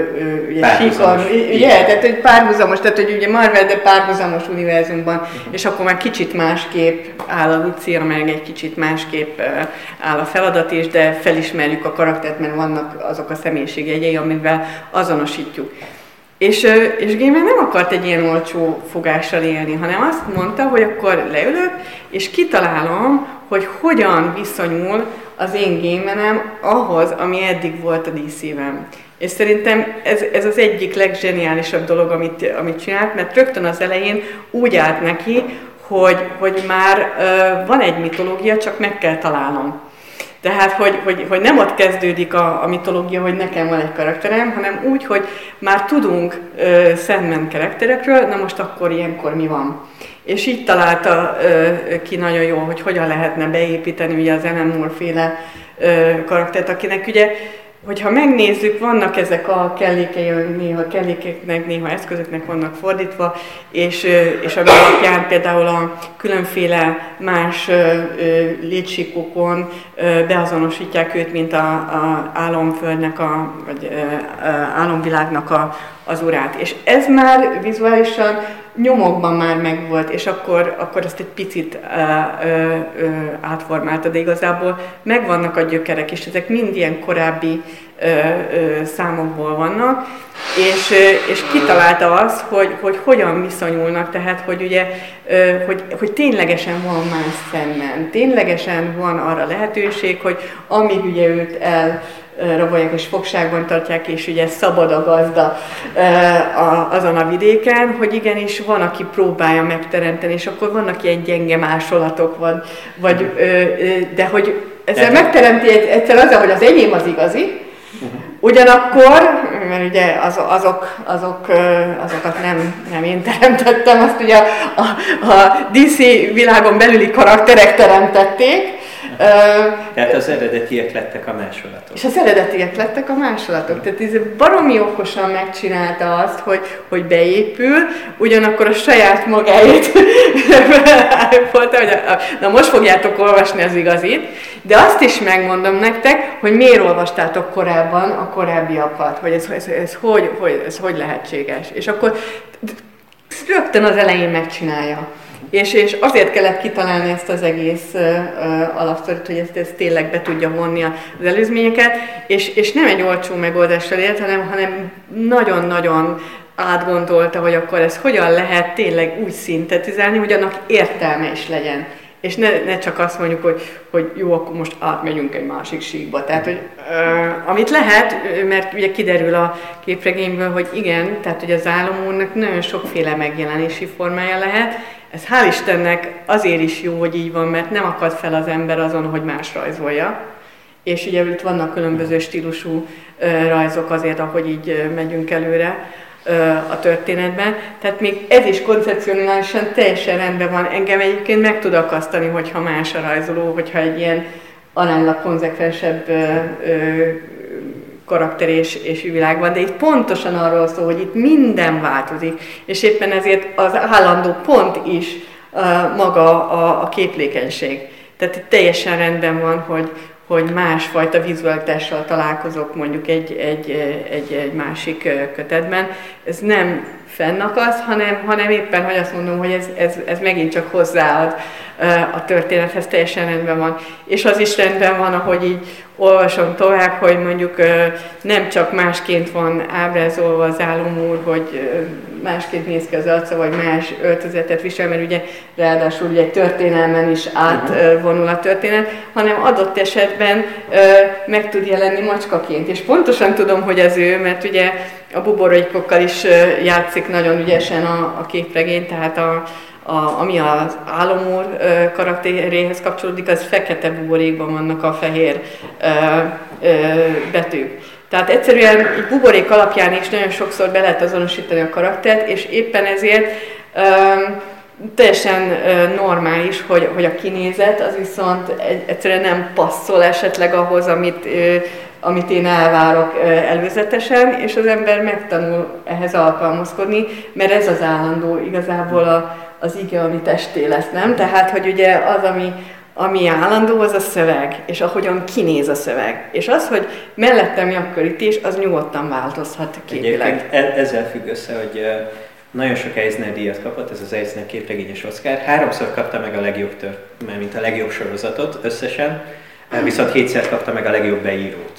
síkon, ugye, tehát egy párhuzamos, tehát hogy ugye Marvel, de párhuzamos univerzumban, uh-huh. és akkor már kicsit másképp áll a Lucia, meg egy kicsit másképp áll a feladat is, de felismerjük a karaktert, mert vannak azok a személyiségjegyei, amivel azonosítjuk. És, és Gaiman nem akart egy ilyen olcsó fogással élni, hanem azt mondta, hogy akkor leülök, és kitalálom, hogy hogyan viszonyul az én Gaimanem ahhoz, ami eddig volt a dé cé-ben. És szerintem ez, ez az egyik leggeniálisabb dolog, amit, amit csinált, mert rögtön az elején úgy állt neki, hogy, hogy már uh, van egy mitológia, csak meg kell találnom. Tehát, hogy, hogy, hogy nem ott kezdődik a, a mitológia, hogy nekem van egy karakterem, hanem úgy, hogy már tudunk uh, Sandman karakterekről, na most akkor ilyenkor mi van. És így találta uh, ki nagyon jól, hogy hogyan lehetne beépíteni ugye az Alan Moore-féle uh, karaktert, akinek ugye, hogyha megnézzük, vannak ezek a kellékei, néha kellékeknek, néha eszközöknek vannak fordítva, és, és ami alapján például a különféle más létsikokon beazonosítják őt, mint a, a álomföldnek, a, vagy álomvilágnak a, az urát. És ez már vizuálisan nyomokban már megvolt, és akkor, akkor ezt egy picit uh, uh, uh, átformálta, de igazából megvannak a gyökerek, és ezek mind ilyen korábbi uh, uh, számokból vannak, és, uh, és kitalálta azt, hogy, hogy hogyan viszonyulnak, tehát hogy ugye, uh, hogy, hogy ténylegesen van más Sandman, ténylegesen van arra lehetőség, hogy amíg ugye őt el rabolják és fogságban tartják, és ugye szabad a gazda azon a vidéken, hogy igenis van, aki próbálja megteremteni, és akkor vannak ilyen gyenge másolatok, vagy, vagy de hogy ezzel megteremti egyszer azzal, hogy az enyém az igazi, ugyanakkor, mert ugye az, azok, azok, azokat nem, nem én teremtettem, azt ugye a, a, a dé cé világon belüli karakterek teremtették. Tehát az eredetiek lettek a másolatok. És az eredetiek lettek a másolatok. Tehát ez baromi okosan megcsinálta azt, hogy, hogy beépül, ugyanakkor a saját magáét mondta, hogy a, na most fogjátok olvasni az igazit, de azt is megmondom nektek, hogy miért olvastátok korábban a korábbiakat, hogy ez, ez, ez, hogy, hogy, ez hogy lehetséges. És akkor rögtön az elején megcsinálja. És, és azért kellett kitalálni ezt az egész uh, uh, alapsztorit, hogy ezt, ezt tényleg be tudja vonni az előzményeket, és, és nem egy olcsó megoldással élt, hanem, hanem nagyon-nagyon átgondolta, hogy akkor ez hogyan lehet tényleg úgy szintetizálni, hogy annak értelme is legyen. És ne, ne csak azt mondjuk, hogy, hogy jó, akkor most átmegyünk egy másik síkba. Tehát, hogy uh, amit lehet, mert ugye kiderül a képregényből, hogy igen, tehát hogy az álomúrnak nagyon sokféle megjelenési formája lehet. Ez hál' Istennek azért is jó, hogy így van, mert nem akad fel az ember azon, hogy más rajzolja. És ugye itt vannak különböző stílusú uh, rajzok azért, ahogy így uh, megyünk előre a történetben. Tehát még ez is koncepcionálisan teljesen rendben van. Engem egyébként meg tud akasztani, hogyha más a rajzoló, hogyha egy ilyen aránylag konzekvensebb ö, ö, karakter és, és világ van. De itt pontosan arról szól, hogy itt minden változik, és éppen ezért az állandó pont is ö, maga a, a képlékenység. Tehát itt teljesen rendben van, hogy hogy másfajta vizualitással találkozok mondjuk egy, egy, egy, egy másik kötetben. Ez nem fennakaszt, hanem, hanem éppen, hogy azt mondom, hogy ez, ez, ez megint csak hozzáad a történethez, teljesen rendben van. És az is rendben van, ahogy így olvasom tovább, hogy mondjuk nem csak másként van ábrázolva az álomúr, hogy másként néz ki az arca, vagy más öltözetet visel, mert ugye ráadásul ugye egy történelmen is átvonul a történet, hanem adott esetben meg tud jelenni macskaként. És pontosan tudom, hogy ez ő, mert ugye a buborékokkal is játszik nagyon ügyesen a, a képregény, tehát a A, ami az álomúr ö, karakteréhez kapcsolódik, az fekete buborékban vannak a fehér ö, ö, betűk. Tehát egyszerűen egy buborék alapján is nagyon sokszor be lehet azonosítani a karaktert, és éppen ezért ö, teljesen normális, hogy, hogy a kinézet az viszont egyszerűen nem passzol esetleg ahhoz, amit, amit én elvárok előzetesen, és az ember megtanul ehhez alkalmazkodni, mert ez az állandó igazából a, az ige, ami testé lesz, nem? Tehát, hogy ugye az, ami, ami állandó, az a szöveg, és ahogyan kinéz a szöveg. És az, hogy mellettem mi a körítés, az nyugodtan változhat képileg. Egyébként ezzel függ össze, hogy nagyon sok Eisner díjat kapott, ez az Eisner képregényes Oscar. Háromszor kapta meg a legjobb tört, mint a legjobb sorozatot összesen, viszont hétszer kapta meg a legjobb beírót.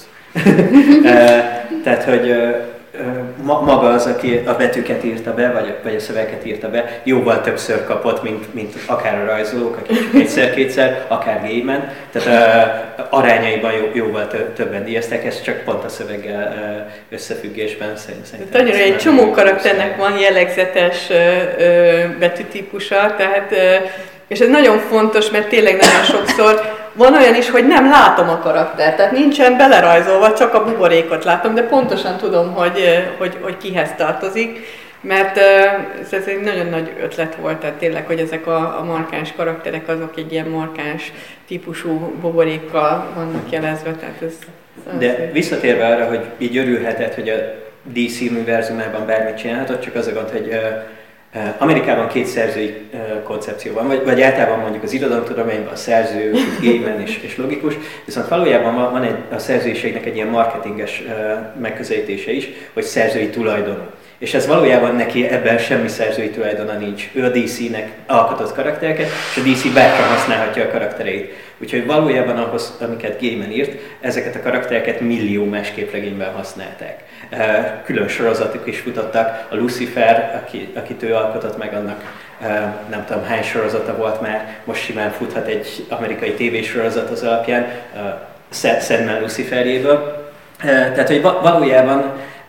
Tehát, hogy maga az, aki a betűket írta be, vagy, vagy a szöveget írta be, jóval többször kapott, mint, mint akár a rajzolók, akik csak egyszer-kétszer, akár Gaiman. Tehát uh, arányaiban jó, jóval többen díjazták, ez csak pont a szöveggel uh, összefüggésben szerintem. Annyira egy csomó karakternek van jellegzetes uh, uh, betűtípusa, tehát, uh, és ez nagyon fontos, mert tényleg nagyon sokszor van olyan is, hogy nem látom a karaktert, tehát nincsen belerajzolva, csak a buborékot látom, de pontosan tudom, hogy, hogy, hogy kihez tartozik, mert ez egy nagyon nagy ötlet volt, tehát tényleg, hogy ezek a, a markáns karakterek, azok egy ilyen markáns típusú buborékkal vannak jelezve, tehát ez... De visszatérve arra, hogy így örülhetett, hogy a dé cé univerzumában bármit csinálhatott, csak az a gond, hogy Amerikában két szerzői koncepció van, vagy, vagy általában mondjuk az irodalomtudományban a szerző, Gaiman és, és logikus, viszont valójában van egy, a szerzőiségnek egy ilyen marketinges megközelítése is, hogy szerzői tulajdon. És ez valójában neki ebben semmi szerzői tulajdona nincs. Ő a dé cé-nek alkotott karaktereket, és a dé cé bárcsak használhatja a karaktereit. Úgyhogy valójában ahhoz, amiket Gaiman írt, ezeket a karaktereket millió más képregényben használták. Külön sorozatok is futottak. A Lucifer, aki, akit ő alkotott meg, annak nem tudom hány sorozata volt már, most simán futhat egy amerikai tévésorozat az alapján, Sandman Luciferjéből. Tehát, hogy valójában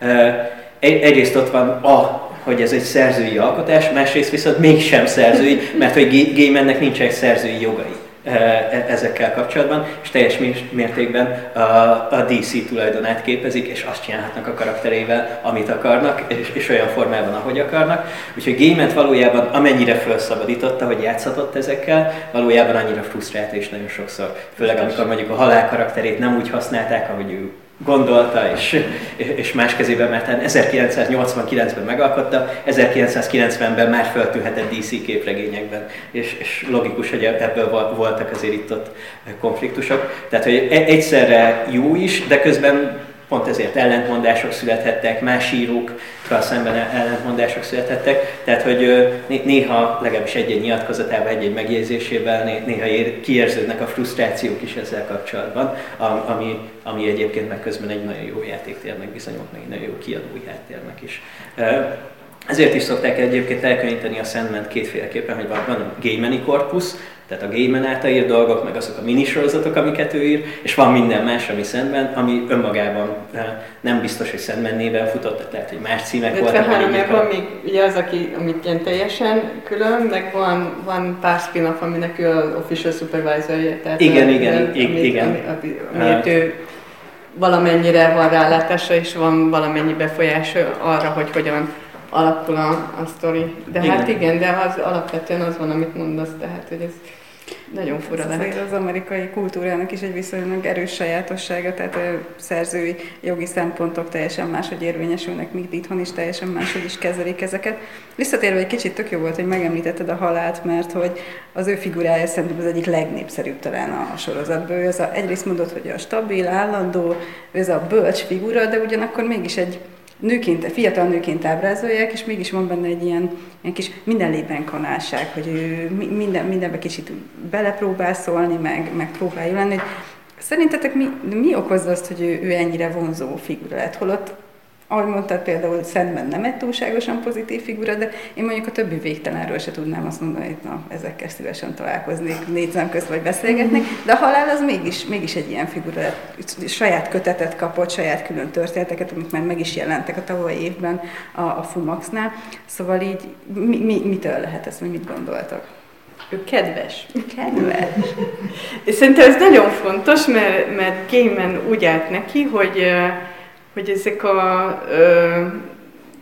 egyrészt ott van a, hogy ez egy szerzői alkotás, másrészt viszont mégsem szerzői, mert hogy Gaimannek nincsenek szerzői jogai ezekkel kapcsolatban, és teljes mértékben a, a dé cé tulajdonát képezik, és azt csinálhatnak a karaktereivel, amit akarnak, és, és olyan formában, ahogy akarnak. Úgyhogy Gaimant valójában amennyire felszabadította, hogy játszhatott ezekkel, valójában annyira frusztrált és nagyon sokszor. Főleg amikor mondjuk a halál karakterét nem úgy használták, ahogy ő gondolta, és, és más kezében, mert ezerkilencszáznyolcvankilencben megalkotta, ezerkilencszázkilencvenben már feltűnhetett dé cé képregényekben, és, és logikus, hogy ebből voltak azért itt ott konfliktusok. Tehát, hogy egyszerre jó is, de közben pont ezért ellentmondások születhettek, más írókkal szemben ellentmondások születhettek, tehát hogy néha legalábbis egy-egy nyilatkozatában, egy-egy megjegyzésében néha ér, kiérződnek a frusztrációk is ezzel kapcsolatban, ami, ami egyébként meg közben egy nagyon jó játéktérnek bizonyult, meg egy nagyon jó kiadói háttérnek is. Ezért is szokták egyébként elkülöníteni a Sandman kétféleképpen, hogy van, van a Gaimani korpusz, tehát a Gaiman által írt dolgok, meg azok a minisorozatok, amiket ő ír, és van minden más, ami Sandman, ami önmagában nem biztos, hogy Sandman néven futott, tehát hogy más címek de voltak. De van még ugye az, aki, amit ilyen teljesen külön, meg van, van pár spin-off, aminek ő az official supervisor-je. Tehát igen, a, igen, amit, igen. Ami, amiért ő valamennyire van rálátása, és van valamennyi befolyása arra, hogy hogyan alakul a, a sztori. De igen. Hát igen, de az alapvetően az van, amit mondasz, tehát hogy ez nagyon fura ez lehet. Az amerikai kultúrának is egy viszonylag erős sajátossága, tehát a szerzői jogi szempontok teljesen máshogy érvényesülnek, míg itthon is teljesen máshogy is kezelik ezeket. Visszatérve egy kicsit tök jó volt, hogy megemlítetted a halált, mert hogy az ő figurája szerintem az egyik legnépszerűbb talán a sorozatból. Ő az a, egyrészt mondod, hogy a stabil, állandó, ő az a bölcs figura, de ugyanakkor mégis egy nőként, fiatal nőként ábrázolják, és mégis van benne egy ilyen, ilyen kis mindenlében kanálság, hogy ő minden, mindenbe kicsit belepróbál szólni, meg, meg próbálja lenni. Szerintetek mi, mi okozza azt, hogy ő, ő ennyire vonzó figura lett? Holott, ahogy mondtad, például Sandman nem egy túlságosan pozitív figura, de én mondjuk a többi végtelenről se tudnám azt mondani, hogy na, ezekkel szívesen találkoznék, négy szem közt vagy beszélgetnék, de a halál az mégis, mégis egy ilyen figura lett. Saját kötetet kapott, saját külön történeteket, amik már meg is jelentek a tavalyi évben a, a Fumaxnál. Szóval így mi, mi, mitől lehet ez, vagy mit gondoltak? Ő kedves. Kedves. És szerintem ez nagyon fontos, mert, mert Gaiman úgy állt neki, hogy hogy ezek a ö,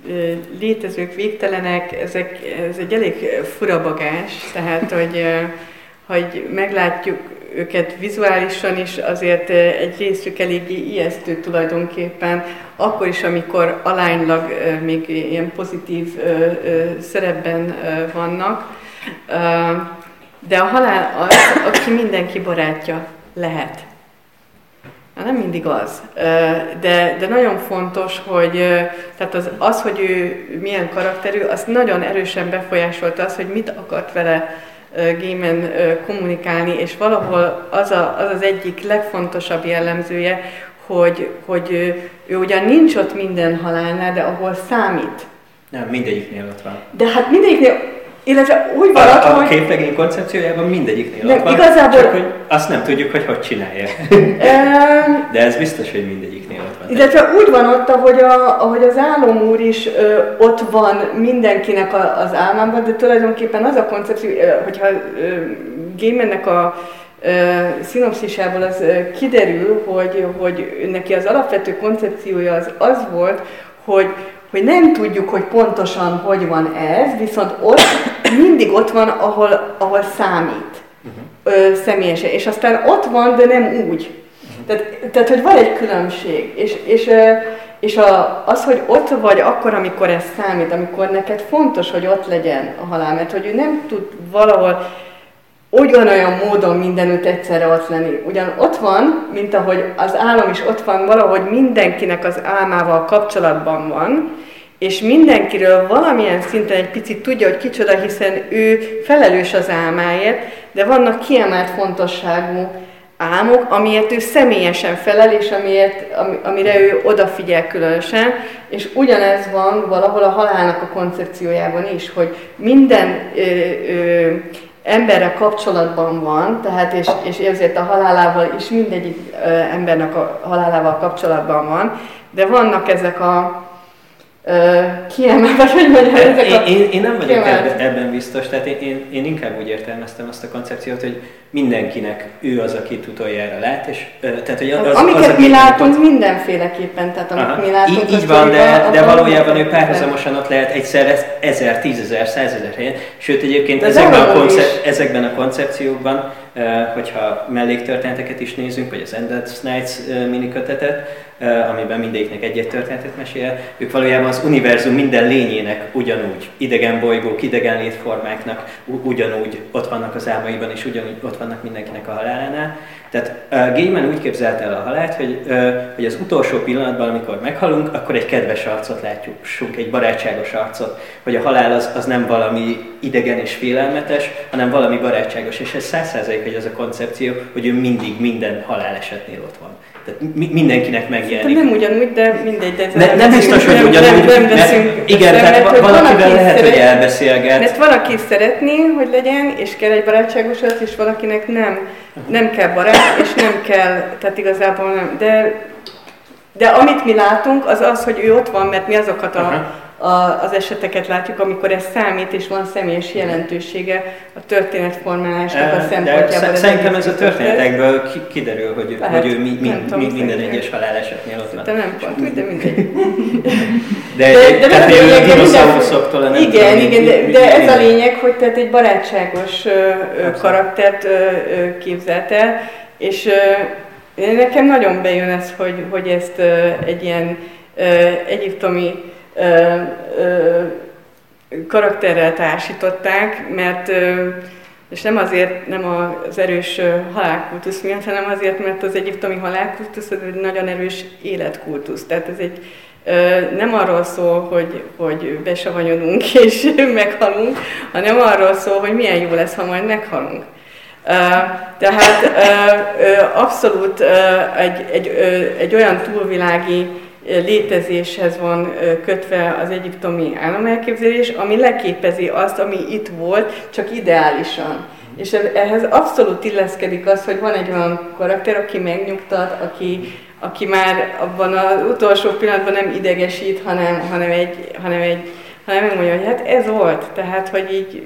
létezők, végtelenek, ezek, ez egy elég fura bagás, tehát hogy, hogy meglátjuk őket vizuálisan is, azért egy részük eléggé ijesztő tulajdonképpen, akkor is, amikor aránylag még ilyen pozitív szerepben vannak. De a halál az, aki mindenki barátja lehet. Nem mindig az, de, de nagyon fontos, hogy tehát az, az, hogy ő milyen karakterű, az nagyon erősen befolyásolta az, hogy mit akart vele Gaiman kommunikálni, és valahol az, a, az az egyik legfontosabb jellemzője, hogy, hogy ő, ő ugyan nincs ott minden halálnál, de ahol számít. Nem, mindegyiknél ott van. De hát mindegyiknél, illetve úgy van, a, a hogy... képregény koncepciójában mindegyiknél nem, ott van, igazából... csak hogy azt nem tudjuk, hogy hogy csinálja. De ez biztos, hogy mindegyiknél ott van. Illetve úgy van ott, ahogy, a, ahogy az álomúr is ö, ott van mindenkinek a, az álmában, de tulajdonképpen az a koncepció, ö, hogyha Gaimannek a ö, szinopszisából az ö, kiderül, hogy, hogy neki az alapvető koncepciója az az volt, hogy hogy nem tudjuk, hogy pontosan hogy van ez, viszont ott mindig ott van, ahol, ahol számít uh-huh. ö, személyesen. És aztán ott van, de nem úgy. Uh-huh. Tehát, tehát, hogy van egy különbség. És, és, és a, az, hogy ott vagy akkor, amikor ez számít, amikor neked fontos, hogy ott legyen a halál, mert hogy ő nem tud valahol olyan módon mindenütt egyszerre ott lenni. Ugyan ott van, mint ahogy az álom is ott van, valahogy mindenkinek az álmával kapcsolatban van, és mindenkiről valamilyen szinten egy picit tudja, hogy kicsoda, hiszen ő felelős az álmáért, de vannak kiemelt fontosságú álmok, amiért ő személyesen felel, és amiért, amire ő odafigyel különösen, és ugyanez van valahol a halálnak a koncepciójában is, hogy minden ö, ö, emberrel kapcsolatban van, tehát és, és ezért a halálával is mindegyik ö, embernek a halálával kapcsolatban van, de vannak ezek a kiemelt, hogy mondjam, ezek én, a én, én nem vagyok kiemelt. ebben biztos, tehát én, én, én inkább úgy értelmeztem azt a koncepciót, hogy mindenkinek ő az, akit utoljára lát, és tehát, hogy az, amiket az, mi látunk mindenféleképpen, tehát amit Aha. mi látunk. Így, így van, de, de valójában ő párhuzamosan ott lehet egyszerre ezer, tízezer, százezer helyen, sőt egyébként ezekben a, koncep- ezekben a koncepciókban, hogyha melléktörténeteket is nézünk, vagy az Endless Nights minikötetet, amiben mindegyiknek egy-egy történetet mesél, ők valójában az univerzum minden lényének ugyanúgy, idegen bolygók, idegen létformáknak ugyanúgy ott vannak az álmaiban, és ugyanúgy ott vannak mindenkinek a halálánál. Tehát uh, Gaiman úgy képzelte el a halált, hogy, uh, hogy az utolsó pillanatban, amikor meghalunk, akkor egy kedves arcot látjuk, egy barátságos arcot, hogy a halál az, az nem valami idegen és félelmetes, hanem valami barátságos, és ez száz százalék, hogy az a koncepció, hogy ő mindig minden halálesetnél ott van. Tehát mi, mindenkinek megjelenik. Nem ugyanúgy, de mindegy. De ne, nem biztos, hogy ugyanúgy. Nem, nem mert, igen, tehát valakivel lehet, szeret, hogy elbeszélget. Mert valaki szeretné, hogy legyen, és kell egy barátságos arc, és valakinek nem. Nem kell barát, és nem kell, tehát igazából nem. De, de amit mi látunk, az az, hogy ő ott van, mert mi azokat a, a, az eseteket látjuk, amikor ez számít, és van személyes jelentősége a történetformálásnak a szempontjából. Szerintem ez a történetekből kiderül, hogy, hogy ő mi, mi, mi, minden egyes halálesetnél ott van. De nem pont úgy, de mindegy. De, de, de tehát ő dinoszauruszoktól nem igen, tudom, igen, de, de ez a lényeg, hogy tehát egy barátságos ö, karaktert ö, ö, képzelt el, és ö, nekem nagyon bejön ez, hogy, hogy ezt ö, egy ilyen ö, egyiptomi ö, ö, karakterrel társították, mert ö, és nem azért, nem az erős halálkultusz miatt, hanem azért, mert az egyiptomi halálkultusz az egy nagyon erős életkultusz. Tehát ez egy nem arról szól, hogy, hogy besavanyodunk és meghalunk, hanem arról szól, hogy milyen jó lesz, ha majd meghalunk. Tehát abszolút egy, egy, egy olyan túlvilági létezéshez van kötve az egyiptomi államelképzelés, ami leképezi azt, ami itt volt, csak ideálisan. És ehhez abszolút illeszkedik az, hogy van egy olyan karakter, aki megnyugtat, aki, aki már abban az utolsó pillanatban nem idegesít, hanem, hanem, egy, hanem, egy, hanem megmondja, hogy hát ez volt, tehát hogy így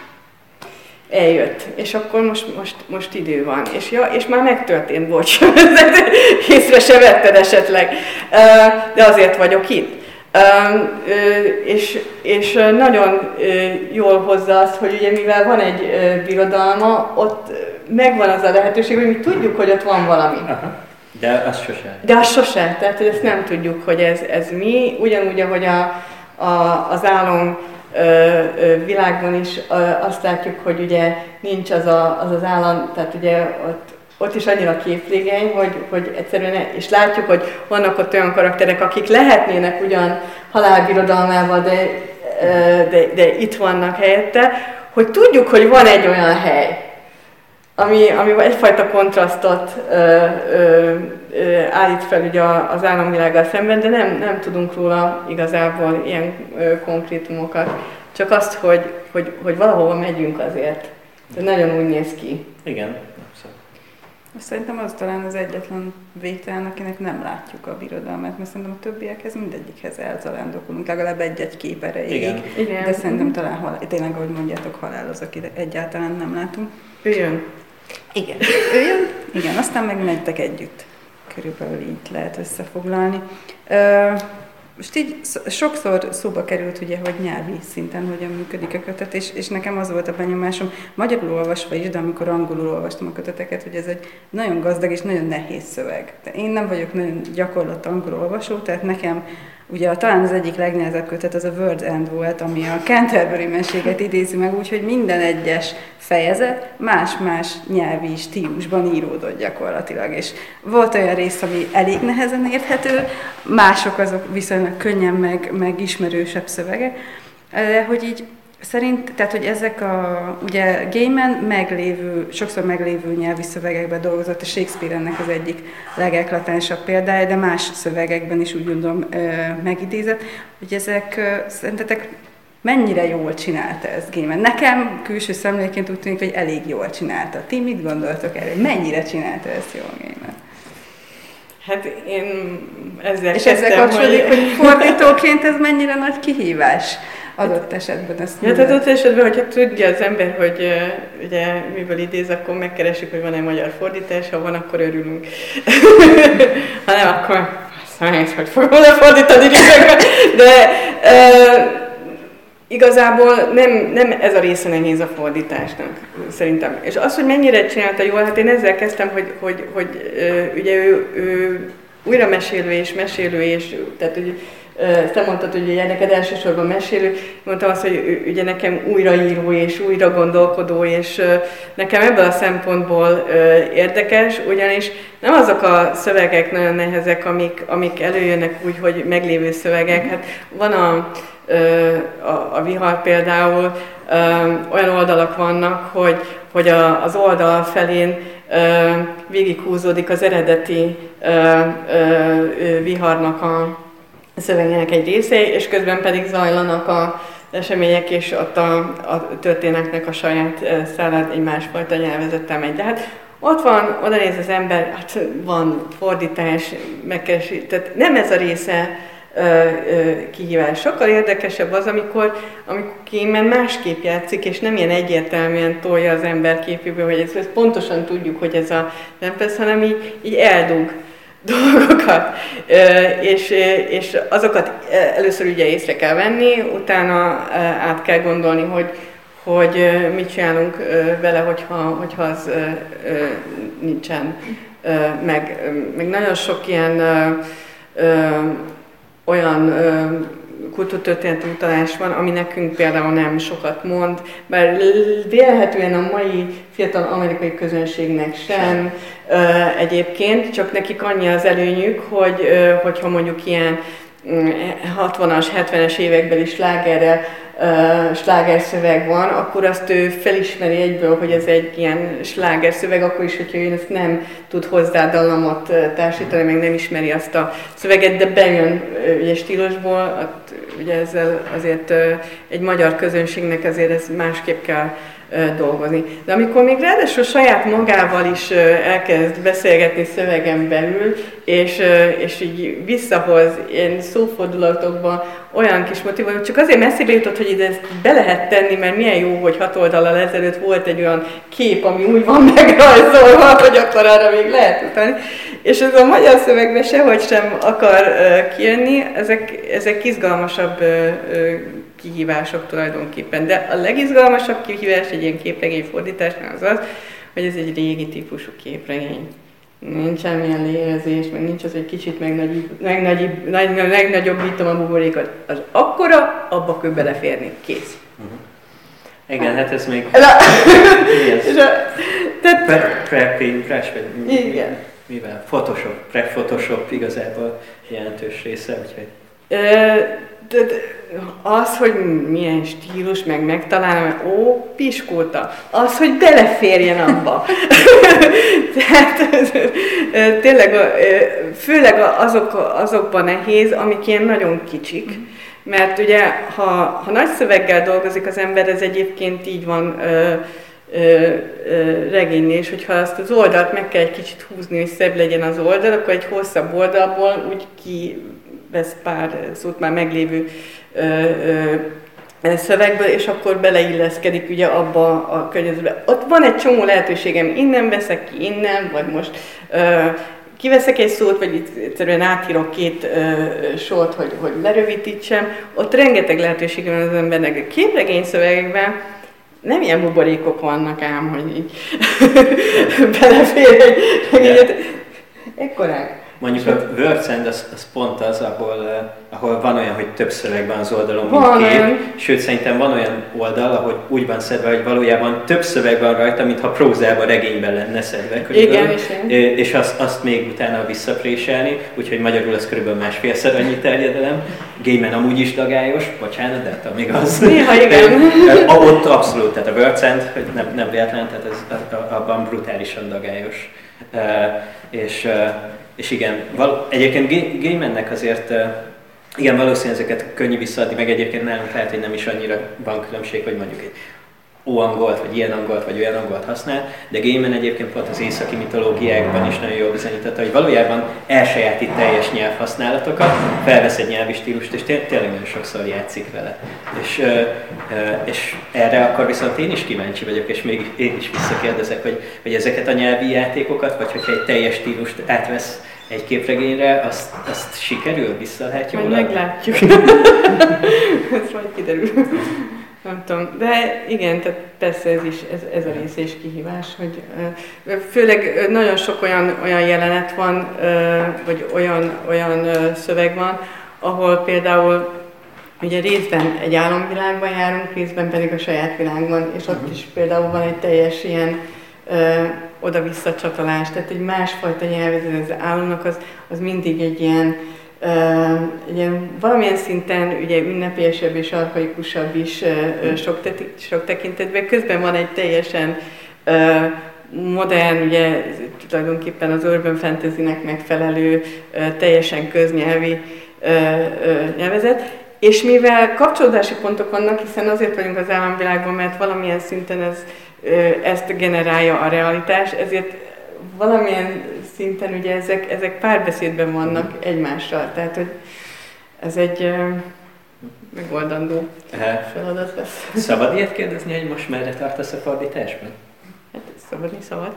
eljött, és akkor most, most, most idő van, és, ja, és már megtörtént, bocs, észre se vetted esetleg, de azért vagyok itt. és, és nagyon jól hozza azt, hogy ugye mivel van egy birodalma, ott megvan az a lehetőség, hogy mi tudjuk, hogy ott van valami. Aha. De az sose. De az sose, tehát ezt nem tudjuk, hogy ez, ez mi, ugyanúgy, ahogy a, a, az álom ö, ö, világban is ö, azt látjuk, hogy ugye nincs az a, az, az állam, tehát ugye ott, ott is annyira képlékeny, hogy, hogy egyszerűen, és látjuk, hogy vannak ott olyan karakterek, akik lehetnének ugyan halálbirodalmával, de, de, de itt vannak helyette, hogy tudjuk, hogy van egy olyan hely, ami, ami egyfajta kontrasztot ö, ö, ö, állít fel ugye az államvilággal szemben, de nem, nem tudunk róla igazából ilyen ö, konkrétumokat, csak azt, hogy, hogy, hogy valahova megyünk azért. De nagyon úgy néz ki. Igen. Szerintem az talán az egyetlen végtelen, akinek nem látjuk a birodalmát, mert szerintem a többiekhez mindegyikhez elzalándokulunk, legalább egy-egy kép erejéig. Igen. Igen. De szerintem talán halál, tényleg, ahogy mondjátok, halál az, akit egyáltalán nem látunk. Ő jön. Igen. Ő jön, igen, aztán meg mentek együtt. Körülbelül így lehet összefoglalni. Most így sokszor szóba került, ugye, hogy nyelvi szinten hogyan működik a kötet, és, és nekem az volt a benyomásom, magyarul olvasva is, de amikor angolul olvastam a köteteket, hogy ez egy nagyon gazdag és nagyon nehéz szöveg. De én nem vagyok nagyon gyakorlott angol olvasó, tehát nekem ugye talán az egyik legnehezebb kötet az a World's End volt, ami a Canterbury meséket idézi meg, úgyhogy minden egyes fejezet más-más nyelvi stílusban íródott gyakorlatilag, és volt olyan rész, ami elég nehezen érthető, mások azok viszonylag könnyen meg, meg ismerősebb szövegek, de hogy így szerint, tehát hogy ezek a, ugye Gaiman meglévő, sokszor meglévő nyelvi szövegekben dolgozott, a Shakespeare ennek az egyik legeklatánsabb példája, de más szövegekben is úgy gondolom megidézett, hogy ezek szerintetek mennyire jól csinálta ez Gaiman? Nekem külső szemlélként úgy tűnik, hogy elég jól csinálta. Ti mit gondoltok erre? Mennyire csinálta ezt jól Gaiman? Hát én ezzel És ezzel kapcsolódik, hogy... hogy fordítóként ez mennyire nagy kihívás adott esetben ezt ja, tehát adott esetben, hogyha tudja az ember, hogy uh, ugye miből idéz, akkor megkeressük, hogy van-e magyar fordítás, ha van, akkor örülünk. Ha nem, akkor azt mondja, hogy fogom lefordítani de uh, igazából nem, nem ez a része nehéz a fordításnak, szerintem. És az, hogy mennyire csinálta jól, hát én ezzel kezdtem, hogy, hogy, hogy uh, ugye ő, ő újra mesélő és mesélő, és tehát, hogy te mondtad, hogy ugye neked elsősorban mesélő, mondtam azt, hogy ugye nekem újraíró és újra gondolkodó, és nekem ebből a szempontból érdekes, ugyanis nem azok a szövegek nagyon nehezek, amik, amik előjönnek úgy, hogy meglévő szövegek. Hát van a, a, a Vihar például, olyan oldalak vannak, hogy, hogy a, az oldal felén végighúzódik az eredeti Viharnak a szövegének egy része, és közben pedig zajlanak a események, és ott a, a történetnek a saját szállát egy másfajta nyelvezettel megy. De hát ott van, oda néz az ember, hát van fordítás, megkeresi, tehát nem ez a része ö, ö, kihívás. Sokkal érdekesebb az, amikor, amikor Gaiman másképp játszik, és nem ilyen egyértelműen tolja az ember képéből, hogy ezt, ezt pontosan tudjuk, hogy ez a Tempest, hanem így, így eldug dolgokat, és, és azokat először ugye észre kell venni, utána át kell gondolni, hogy, hogy mit csinálunk vele, hogyha, hogyha az nincsen meg, meg nagyon sok ilyen olyan kultúrtörténeti utalás van, ami nekünk például nem sokat mond, bár vélhetően a mai fiatal amerikai közönségnek sem uh, egyébként, csak nekik annyi az előnyük, hogy uh, hogyha mondjuk ilyen hatvanas, hetvenes évekbeli slágerre, uh, slágerszöveg van, akkor azt ő felismeri egyből, hogy ez egy ilyen slágerszöveg, akkor is, hogyha ő ezt nem tud hozzá dallamot társítani, meg nem ismeri azt a szöveget, de bejön uh, ugye stílusból, ugye ezzel azért uh, egy magyar közönségnek azért ez másképp kell dolgozni. De amikor még ráadásul saját magával is elkezd beszélgetni szövegen belül, és, és így visszahoz ilyen szófordulatokba olyan kis motivum, csak azért messzébe jutott, hogy ide ezt be lehet tenni, mert milyen jó, hogy hat oldallal ezelőtt volt egy olyan kép, ami úgy van megrajzolva, hogy akkor arra még lehet utalni. és ez a magyar szövegben sehogy sem akar uh, kijönni, ezek, ezek izgalmasabb uh, uh, kihívások tulajdonképpen. De a legizgalmasabb kihívás egy ilyen képregény fordításnál az az, hogy ez egy régi típusú képregény. Nincs semmilyen lélegzés, meg nincs az, hogy kicsit megnagyobb, megnagyobb, nagy, megnagyobbítom a buborékot. Az akkora, abba kell beleférni. Kész. Uh-huh. Igen, hát ez még... Pre-press, vagy igen. Mivel? Photoshop, pre-Photoshop igazából jelentős része, úgyhogy... De az, hogy milyen stílus, meg megtalálom, ó, piskóta. Az, hogy beleférjen abba. Tehát tényleg, főleg azok, azokban nehéz, amik ilyen nagyon kicsik. Mert ugye, ha, ha nagy szöveggel dolgozik az ember, ez egyébként így van ö, ö, ö, regénynél, és hogyha azt az oldalt meg kell egy kicsit húzni, hogy szebb legyen az oldal, akkor egy hosszabb oldalból úgy kivesz pár szót már meglévő ö, ö, szövegből, és akkor beleilleszkedik ugye abba a környezetbe. Ott van egy csomó lehetőségem, innen veszek ki, innen, vagy most ö, kiveszek egy szót, vagy itt egyszerűen átírok két ö, sort, hogy, hogy lerövidítsem. Ott rengeteg lehetőség van az embernek. A képregény szövegekben nem ilyen buborékok vannak ám, hogy így belefér egy regényet. Ekkorák. Mondjuk a WordSend az, az pont az, ahol, uh, ahol van olyan, hogy több szöveg van az oldalon, van mint kép. olyan. Sőt, szerintem van olyan oldal, ahogy úgy van szedve, hogy valójában több szöveg van rajta, mintha prózában, regényben lenne szedve. Igen, és, és azt, azt még utána visszapréselni, úgyhogy magyarul az körülbelül másfélszer annyi terjedelem. Gaiman amúgy is dagályos, bocsánat, de hát még az. Néha igen. Ott abszolút, tehát a WordSend, hogy nem, nem véletlen, tehát ez abban brutálisan dagályos. Uh, és, uh, és igen, val- egyébként Gaimannek azért, uh, igen, valószínűleg ezeket könnyű visszaadni, meg egyébként nálunk lehet, hogy nem is annyira van különbség, hogy mondjuk egy ó-angolt, vagy ilyen angolt, vagy olyan angolt használ, de Gaiman egyébként pont az északi mitológiákban is nagyon jól bizonyította, hogy valójában elsajátít teljes nyelvhasználatokat, felvesz egy nyelvi stílust, és té- tényleg nagyon sokszor játszik vele. És, ö, ö, és erre akkor viszont én is kíváncsi vagyok, és még én is visszakérdezek, hogy, hogy ezeket a nyelvi játékokat, vagy hogyha egy teljes stílust átvesz egy képregényre, azt, azt sikerül, vissza lehet jól? Majd meglátjuk. Ez majd kiderül. Nem tudom, de igen, tehát persze ez is, ez, ez a része is kihívás, hogy főleg nagyon sok olyan, olyan jelenet van, vagy olyan, olyan szöveg van, ahol például ugye részben egy álomvilágban járunk, részben pedig a saját világban, és ott is például van egy teljes ilyen oda-vissza csatolás, tehát egy másfajta nyelvezet, az álomnak az, az mindig egy ilyen Uh, ugye, valamilyen szinten ugye ünnepélyesebb és archaikusabb is uh, sok, te- sok tekintetben. Közben van egy teljesen uh, modern, ugye tulajdonképpen az urban fantasynek megfelelő, uh, teljesen köznyelvi uh, uh, nyelvezet. És mivel kapcsolódási pontok vannak, hiszen azért vagyunk az álomvilágban, mert valamilyen szinten ez, uh, ezt generálja a realitás, ezért valamilyen szinten ugye ezek, ezek párbeszédben vannak egymással, tehát hogy ez egy uh, megoldandó feladat lesz. Szabad ilyet kérdezni, hogy most merre tartasz a fordításban? Hát szabadni szabad.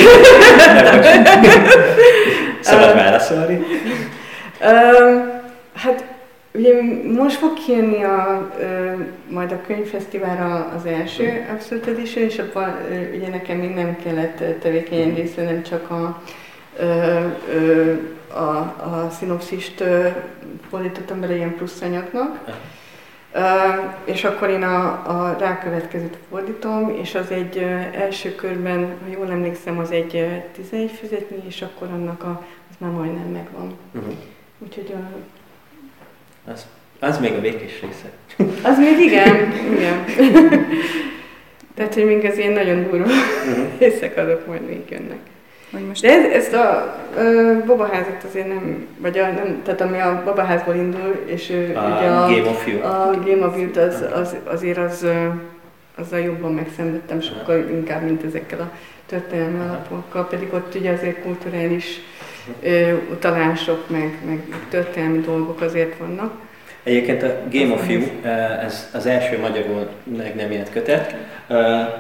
Szabad válaszolni? Um, hát ugye most fog kijönni a, uh, majd a könyvfesztiválra az első Abszolút Edition, és abban uh, ugye nekem még nem kellett tevékenyen részt vennem, csak a Ö, ö, a, a szinopszist ö, fordítottam bele ilyen plusz anyagnak, ö, és akkor én a, a rákövetkezőt fordítom, és az egy ö, első körben, ha jól emlékszem, az egy ö, tizenegy füzetnyi, és akkor annak a, az már majdnem megvan. Uh-huh. Úgyhogy a... az, az még a végkés része. Az még igen, igen. Tehát, hogy még az ilyen nagyon durva uh-huh. részek azok majd még jönnek. Most de ez, ezt a uh, babaházat azért nem, vagy a, nem, tehát ami a babaházból indul, és uh, a ugye a Game of You, a Game of You az, az, azért az, uh, azzal jobban megszenvedtem sokkal inkább, mint ezekkel a történelmi alapokkal, pedig ott ugye azért kulturális uh, utalások, meg, meg történelmi dolgok azért vannak. Egyébként a Game of You, ez az első magyarul meg nem jelent kötet.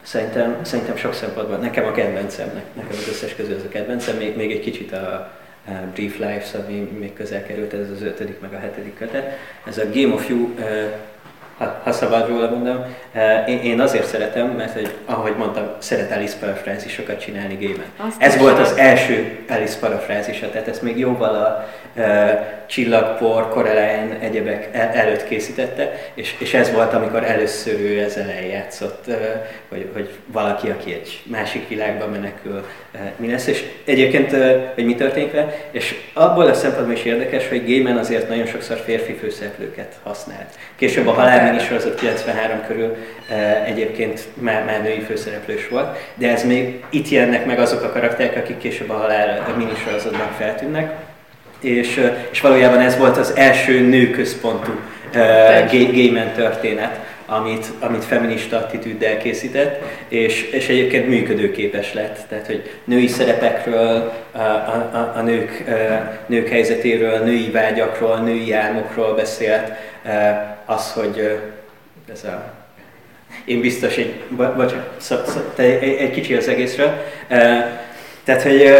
Szerintem, szerintem sok szempontból, nekem a kedvencem, nekem az összes közül az a kedvencem, még, még egy kicsit a, a Brief Lives, ami még közel került, ez az ötödik meg a hetedik kötet. Ez a Game of You, ha, ha szabad róla mondom, én, én azért szeretem, mert hogy, ahogy mondtam, szeret Alice parafrázisokat csinálni gémen. Ez volt az első Alice parafrázisa, tehát ezt még jóval a uh, Csillagpor, Coraline, egyebek el, előtt készítette, és, és ez volt, amikor először ő ezzel eljátszott, uh, hogy, hogy valaki, aki egy másik világban menekül, uh, mi lesz, és egyébként, uh, hogy mi történik vele, és abból a szempontból is érdekes, hogy gémen azért nagyon sokszor férfi főszereplőket használt. Később a Halál minisorozat kilencvenhárom körül uh, egyébként már, már női főszereplős volt, de ez még itt jönnek meg azok a karakterek, akik később a Halál minisorozatban feltűnnek. És, és valójában ez volt az első nőközpontú uh, gémen történet, amit, amit feminista attitűddel készített, és, és egyébként működőképes lett. Tehát, hogy női szerepekről, a, a, a nők, nők helyzetéről, női vágyakról, női álmokról beszélt. Az, hogy ez a... Én biztos egy... Bocsánat, szó, szó, egy, egy kicsi az egészről. Tehát, hogy...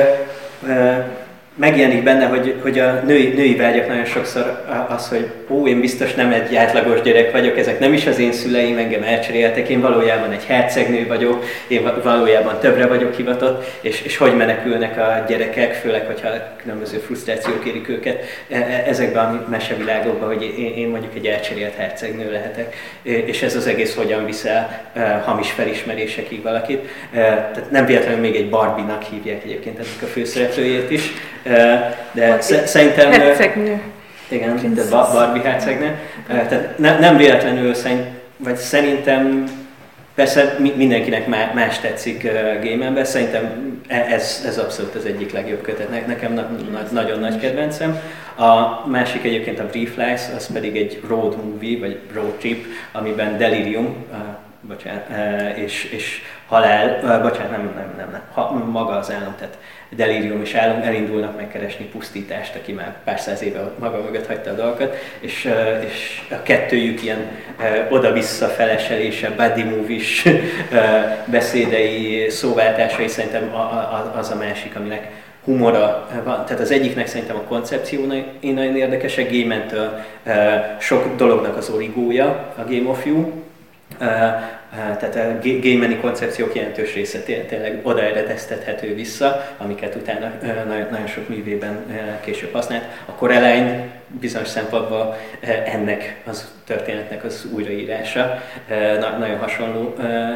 megjelenik benne, hogy, hogy a női, női vágyak nagyon sokszor az, hogy ó, én biztos nem egy átlagos gyerek vagyok, ezek nem is az én szüleim, engem elcseréltek, én valójában egy hercegnő vagyok, én valójában többre vagyok hivatott, és, és hogy menekülnek a gyerekek, főleg, hogyha különböző frusztrációk érik őket ezekben a mesevilágokban, hogy én, én mondjuk egy elcserélt hercegnő lehetek, és ez az egész hogyan viszel hamis felismerésekig valakit. Tehát nem véletlenül még egy Barbie-nak hívják egyébként ezek a főszereplőjét is. De Barbie. Szerintem... Hercegnő. Igen, de Barbie hercegnő. Tehát ne, nem véletlenül, szerint, vagy szerintem, persze mindenkinek más tetszik gémenben, szerintem ez, ez abszolút az egyik legjobb kötet. Nekem na, na, nagyon nagy kedvencem. A másik egyébként a Brief Lives, az pedig egy road movie, vagy road trip, amiben delirium, bocsánat, és, és halál, bocsánat, nem, nem, nem, nem, ha, maga az álom, tehát delírium és álom elindulnak megkeresni pusztítást, aki már pár száz éve maga mögött hagyta a dolgokat, és, és a kettőjük ilyen oda-vissza feleselése, buddy movie-s beszédei, szóváltásai szerintem az a másik, aminek humora van. Tehát az egyiknek szerintem a koncepciói nagyon érdekes, a Gémentől sok dolognak az origója a Game of You. Tehát a gémeni koncepciók jelentős része tényleg oda eredeztethető vissza, amiket utána nagyon sok művében később használt. A Coraline bizonyos szempontból ennek az történetnek az újraírása, nagyon hasonló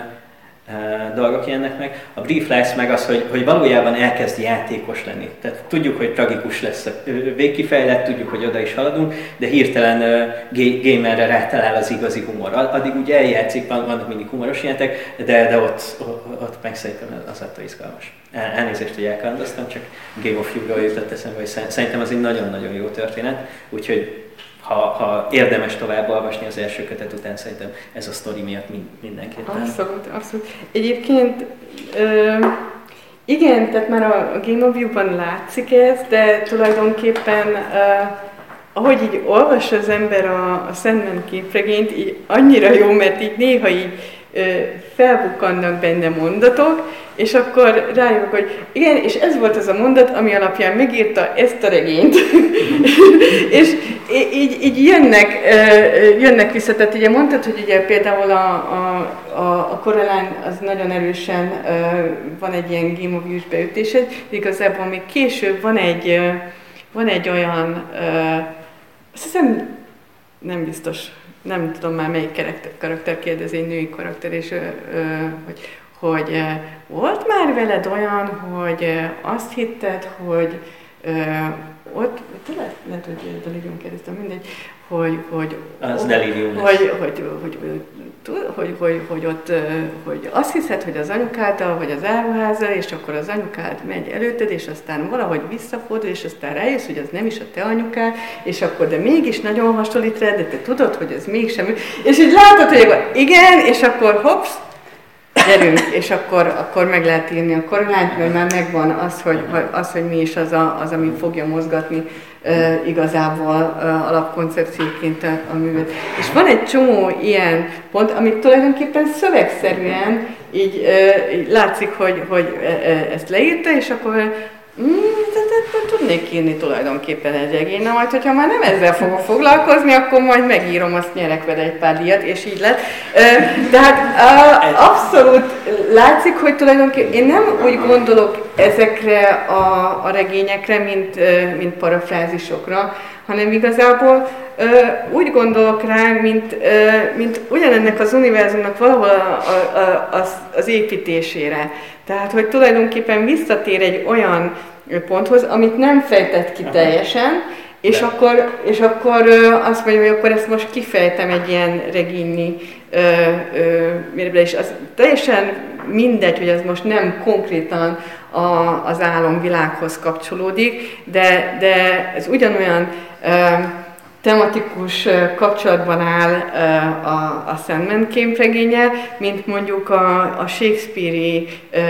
dolgok jelennek meg. A Brief Lives meg az, hogy, hogy valójában elkezd játékos lenni. Tehát tudjuk, hogy tragikus lesz a végkifejlet, tudjuk, hogy oda is haladunk, de hirtelen uh, gamerre rátalál az igazi humor. Addig ugye eljátszik, vannak mindig humoros jelentek, de, de ott, ott meg szerintem az attól izgalmas. Elnézést, hogy elkalandoztam, csak Game of You-ról jutott eszembe, hogy szerintem az egy nagyon-nagyon jó történet, úgyhogy Ha, ha érdemes tovább olvasni az első kötet után, szerintem ez a sztori miatt mindenképpen. Abszolút, abszolút. Egyébként ö, igen, tehát már a Game of You-ban látszik ez, de tulajdonképpen ö, ahogy így olvas az ember a, a Sandman képregényt, így annyira jó, mert így néha így ö, felbukkannak benne mondatok, és akkor rájövök, hogy igen, és ez volt az a mondat, ami alapján megírta ezt a regényt. És így, így jönnek, jönnek vissza. Tehát ugye mondtad, hogy ugye például a, a, a Coraline az nagyon erősen van egy ilyen Game of You-s beütésed, igazából még később van egy, van egy olyan, azt hiszem nem biztos, nem tudom már melyik karakter, karakter kérdezi, egy női karakter, és hogy hogy uh, volt már veled olyan, hogy uh, azt hitted, hogy uh, ott, lehet, lehet, hogy delirium kérdeztem, mindegy, hogy, hogy, az delirium lesz. Hogy, hogy, hogy, hogy, hogy, hogy, hogy ott, uh, hogy azt hiszed, hogy az anyukáddal, vagy az áruházzal, és akkor az anyukád megy előtted, és aztán valahogy visszafordul, és aztán rájössz, hogy az nem is a te anyukád, és akkor de mégis nagyon hasonlít rá, de te tudod, hogy ez mégsem, és így látod, hogy igen, és akkor hopsz, gyerünk, és akkor, akkor meg lehet írni a Coraline-t, mert már megvan az, hogy, az, hogy mi is az, a, az ami fogja mozgatni igazából alapkoncepcióként a, a művet. És van egy csomó ilyen pont, amit tulajdonképpen szövegszerűen így, így látszik, hogy, hogy ezt leírta, és akkor Mm, tudnék írni tulajdonképpen egy regény, na majd, hogyha már nem ezzel fogok foglalkozni, akkor majd megírom, azt nyerek vele egy pár díjat, és így lett. Tehát abszolút látszik, hogy tulajdonképpen én nem úgy gondolok ezekre a, a regényekre, mint, mint parafrázisokra, hanem igazából úgy gondolok rá, mint, mint ugyanennek az univerzumnak valahol a, a, a, az, az építésére. Tehát, hogy tulajdonképpen visszatér egy olyan ponthoz, amit nem fejtett ki teljesen, és akkor, és akkor azt mondja, hogy akkor ezt most kifejtem egy ilyen regényi mérbe, és az teljesen mindegy, hogy ez most nem konkrétan a, az álomvilághoz kapcsolódik, de, de ez ugyanolyan tematikus kapcsolatban áll a, a Sandman képregénye, mint mondjuk a, a Shakespeare-i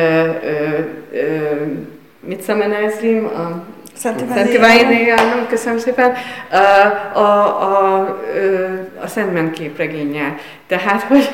Midsummer Night's Dream, a Szent Iványi, köszönöm szépen, a, a, a Sandman képregénye. Tehát, hogy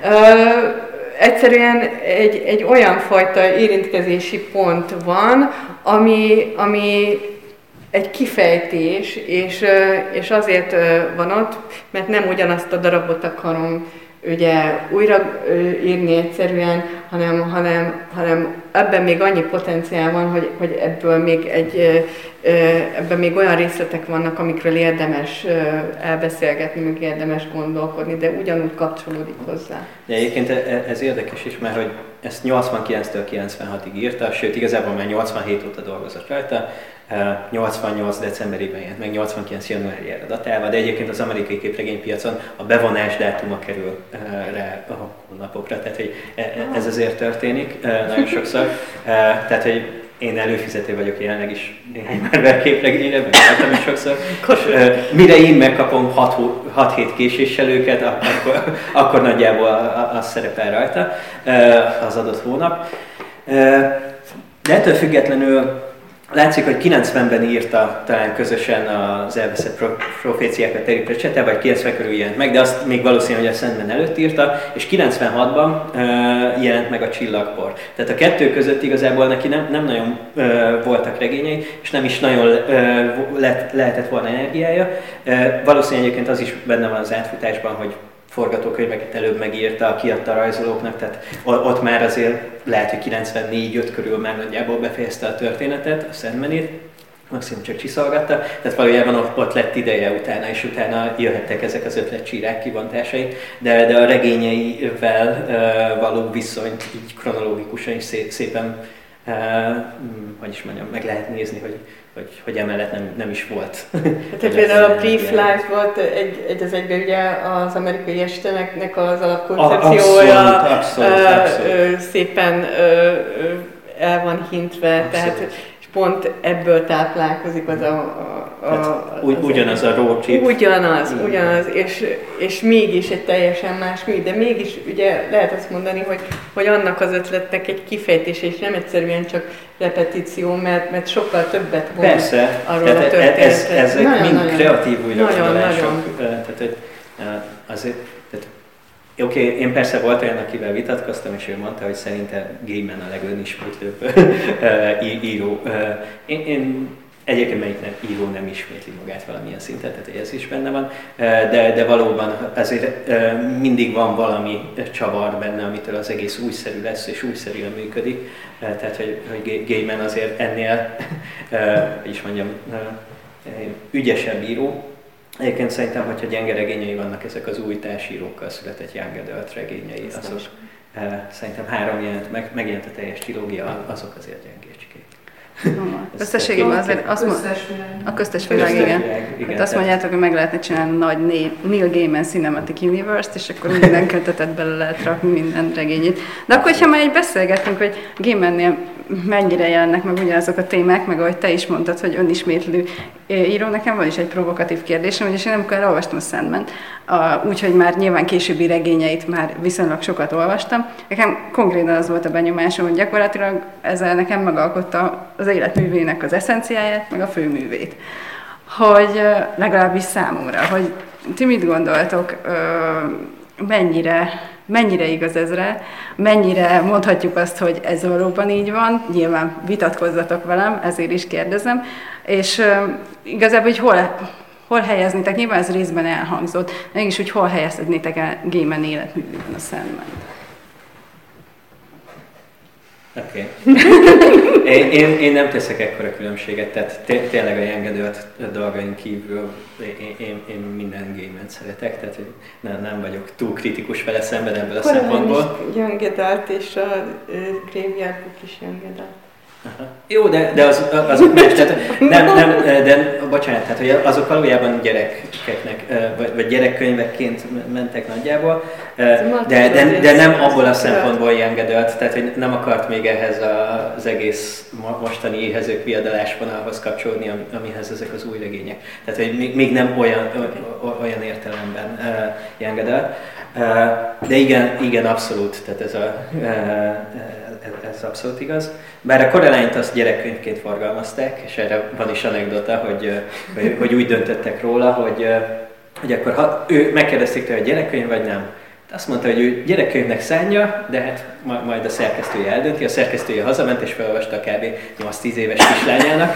egyszerűen egy, egy olyan fajta érintkezési pont van, ami, ami egy kifejtés, és, és azért van ott, mert nem ugyanazt a darabot akarom ugye újra írni egyszerűen, hanem, hanem, hanem ebben még annyi potenciál van, hogy, hogy ebből még egy, ebben még olyan részletek vannak, amikről érdemes elbeszélgetni, még érdemes gondolkodni, de ugyanúgy kapcsolódik hozzá. De egyébként ez érdekes is, mert hogy ezt nyolcvankilenctől kilencvenhatig írta, sőt igazából már nyolcvanhét óta dolgozott rajta, nyolcvannyolc decemberében jelent meg, nyolcvankilenc januárjára datálva, de egyébként az amerikai képregénypiacon a bevonás dátuma kerül rá a hónapokra, tehát hogy ez azért történik nagyon sokszor. Tehát, hogy én előfizető vagyok jelenleg is Marvel képregényre, meg láttam is sokszor. Mire én megkapom hat hét késéssel őket, akkor, akkor nagyjából az szerepel rajta az adott hónap. De ettől függetlenül látszik, hogy kilencvenben írta talán közösen az elveszett proféciákat Terry Pratchett, vagy kilencven körül jelent meg, de azt még valószínű, hogy a Sandman előtt írta, és kilencvenhatban uh, jelent meg a Csillagpor. Tehát a kettő között igazából neki nem, nem nagyon uh, voltak regényei, és nem is nagyon uh, le, lehetett volna energiája. Uh, valószínűleg egyébként az is benne van az átfutásban, hogy forgatókönyveket előbb megírta, kiadta a rajzolóknak, tehát ott már azért lehet, hogy kilencvennégy öt körül már nagyjából befejezte a történetet, a Sandmanét, maximum csak csiszolgatta, tehát valójában ott, ott lett ideje utána, és utána jöhettek ezek az ötletcsírák kibontásai, de, de a regényeivel uh, való viszonyt így kronológikusan is szé, szépen, uh, hogy is mondjam, meg lehet nézni, hogy Hogy, hogy emellett nem, nem is volt. Tehát például a Brief Life volt egy, egy az egyben ugye az amerikai estének az alapkoncepciója, abszolút, abszolút, abszolút. szépen el van hintve, abszolút. Tehát és pont ebből táplálkozik az a... a, a Ugy, ugyanaz a road trip. Ugyanaz, ugyanaz, és, és mégis egy teljesen más mű, de mégis ugye lehet azt mondani, hogy, hogy annak az ötletnek egy kifejtése, és nem egyszerűen csak repetíció, mert, mert sokkal többet mond Persze, arról a történetet. Ez, ezek nagyon, mind nagyon, kreatív újragondolások. Tehát, azért, tehát, oké, okay, én persze volt olyan, akivel vitatkoztam, és ő mondta, hogy szerinte Gaiman a legönismétlőbb író. Én, én egyébként melyik nem, író nem ismétli magát valamilyen szinten, tehát ez is benne van, de, de valóban azért mindig van valami csavar benne, amitől az egész újszerű lesz és újszerűen működik. Tehát, hogy, hogy Gaiman azért ennél, hogy is mondjam, ügyesebb író. Egyébként szerintem, hogyha gyenge regényei vannak, ezek az új társírókkal született Young Adult regényei, azok szerintem három jelent, meg, megjelent a teljes trilógia, azok azért gyengécsikék. Összességében azért azt mond, a köztes világ, igen. igen. Hát azt mondjátok, hogy meg lehetne csinálni nagy Neil Gaiman Cinematic Universe-t, és akkor minden kötetet bele lehet rakni minden regényét. De akkor, hogyha már így beszélgetünk, hogy Gaimannél mennyire jelennek meg ugyanazok a témák, meg ahogy te is mondtad, hogy önismétlő író, nekem van is egy provokatív kérdésem, ugyanis én amikor elolvastam a Sandman-t, úgyhogy már nyilván későbbi regényeit már viszonylag sokat olvastam, nekem konkrétan az volt a benyomásom, hogy gyakorlatilag ezzel nekem megalkotta az életművének az eszenciáját, meg a főművét. hogy legalábbis számomra, hogy ti mit gondoltok, mennyire, mennyire igaz ez rá, mennyire mondhatjuk azt, hogy ez valóban így van, nyilván vitatkozzatok velem, ezért is kérdezem, és igazából, hogy hol, hol helyeznétek, nyilván ez részben elhangzott, mégis úgy hol helyeznétek el Gaiman életművében a Sandman? Oké. Okay. Én, én, én nem teszek ekkora különbséget, tehát té- tényleg a Young Adult dolgain kívül én, én, én minden Gaimant szeretek, tehát nem, nem vagyok túl kritikus vele szemben ebből a szempontból. Young Adult és a Graveyard Book is Young Adult. Aha. Jó, de, de az, azok más, tehát nem, nem, de bocsánat, tehát hogy azok valójában gyerekeknek, vagy, vagy gyerekkönyvekként mentek nagyjából, de, de, de nem abból a szempontból Young Adult, tehát hogy nem akart még ehhez az egész mostani éhezők viadalásvonalhoz kapcsolódni, amihez ezek az új regények. Tehát hogy még, még nem olyan, olyan értelemben Young Adult. De igen, igen, abszolút, tehát ez, a, ez abszolút igaz. Bár a Coraline-t azt gyerekkönyvként forgalmazták, és erre van is anekdota, hogy, hogy, hogy úgy döntöttek róla, hogy, hogy akkor ha ő megkérdezték tőle, hogy gyerekkönyv vagy nem. Azt mondta, hogy ő gyerekkönyvnek szánja, de hát majd a szerkesztője eldönti. A szerkesztője hazament és felolvasta a kb. nyolc-tíz éves kislányának,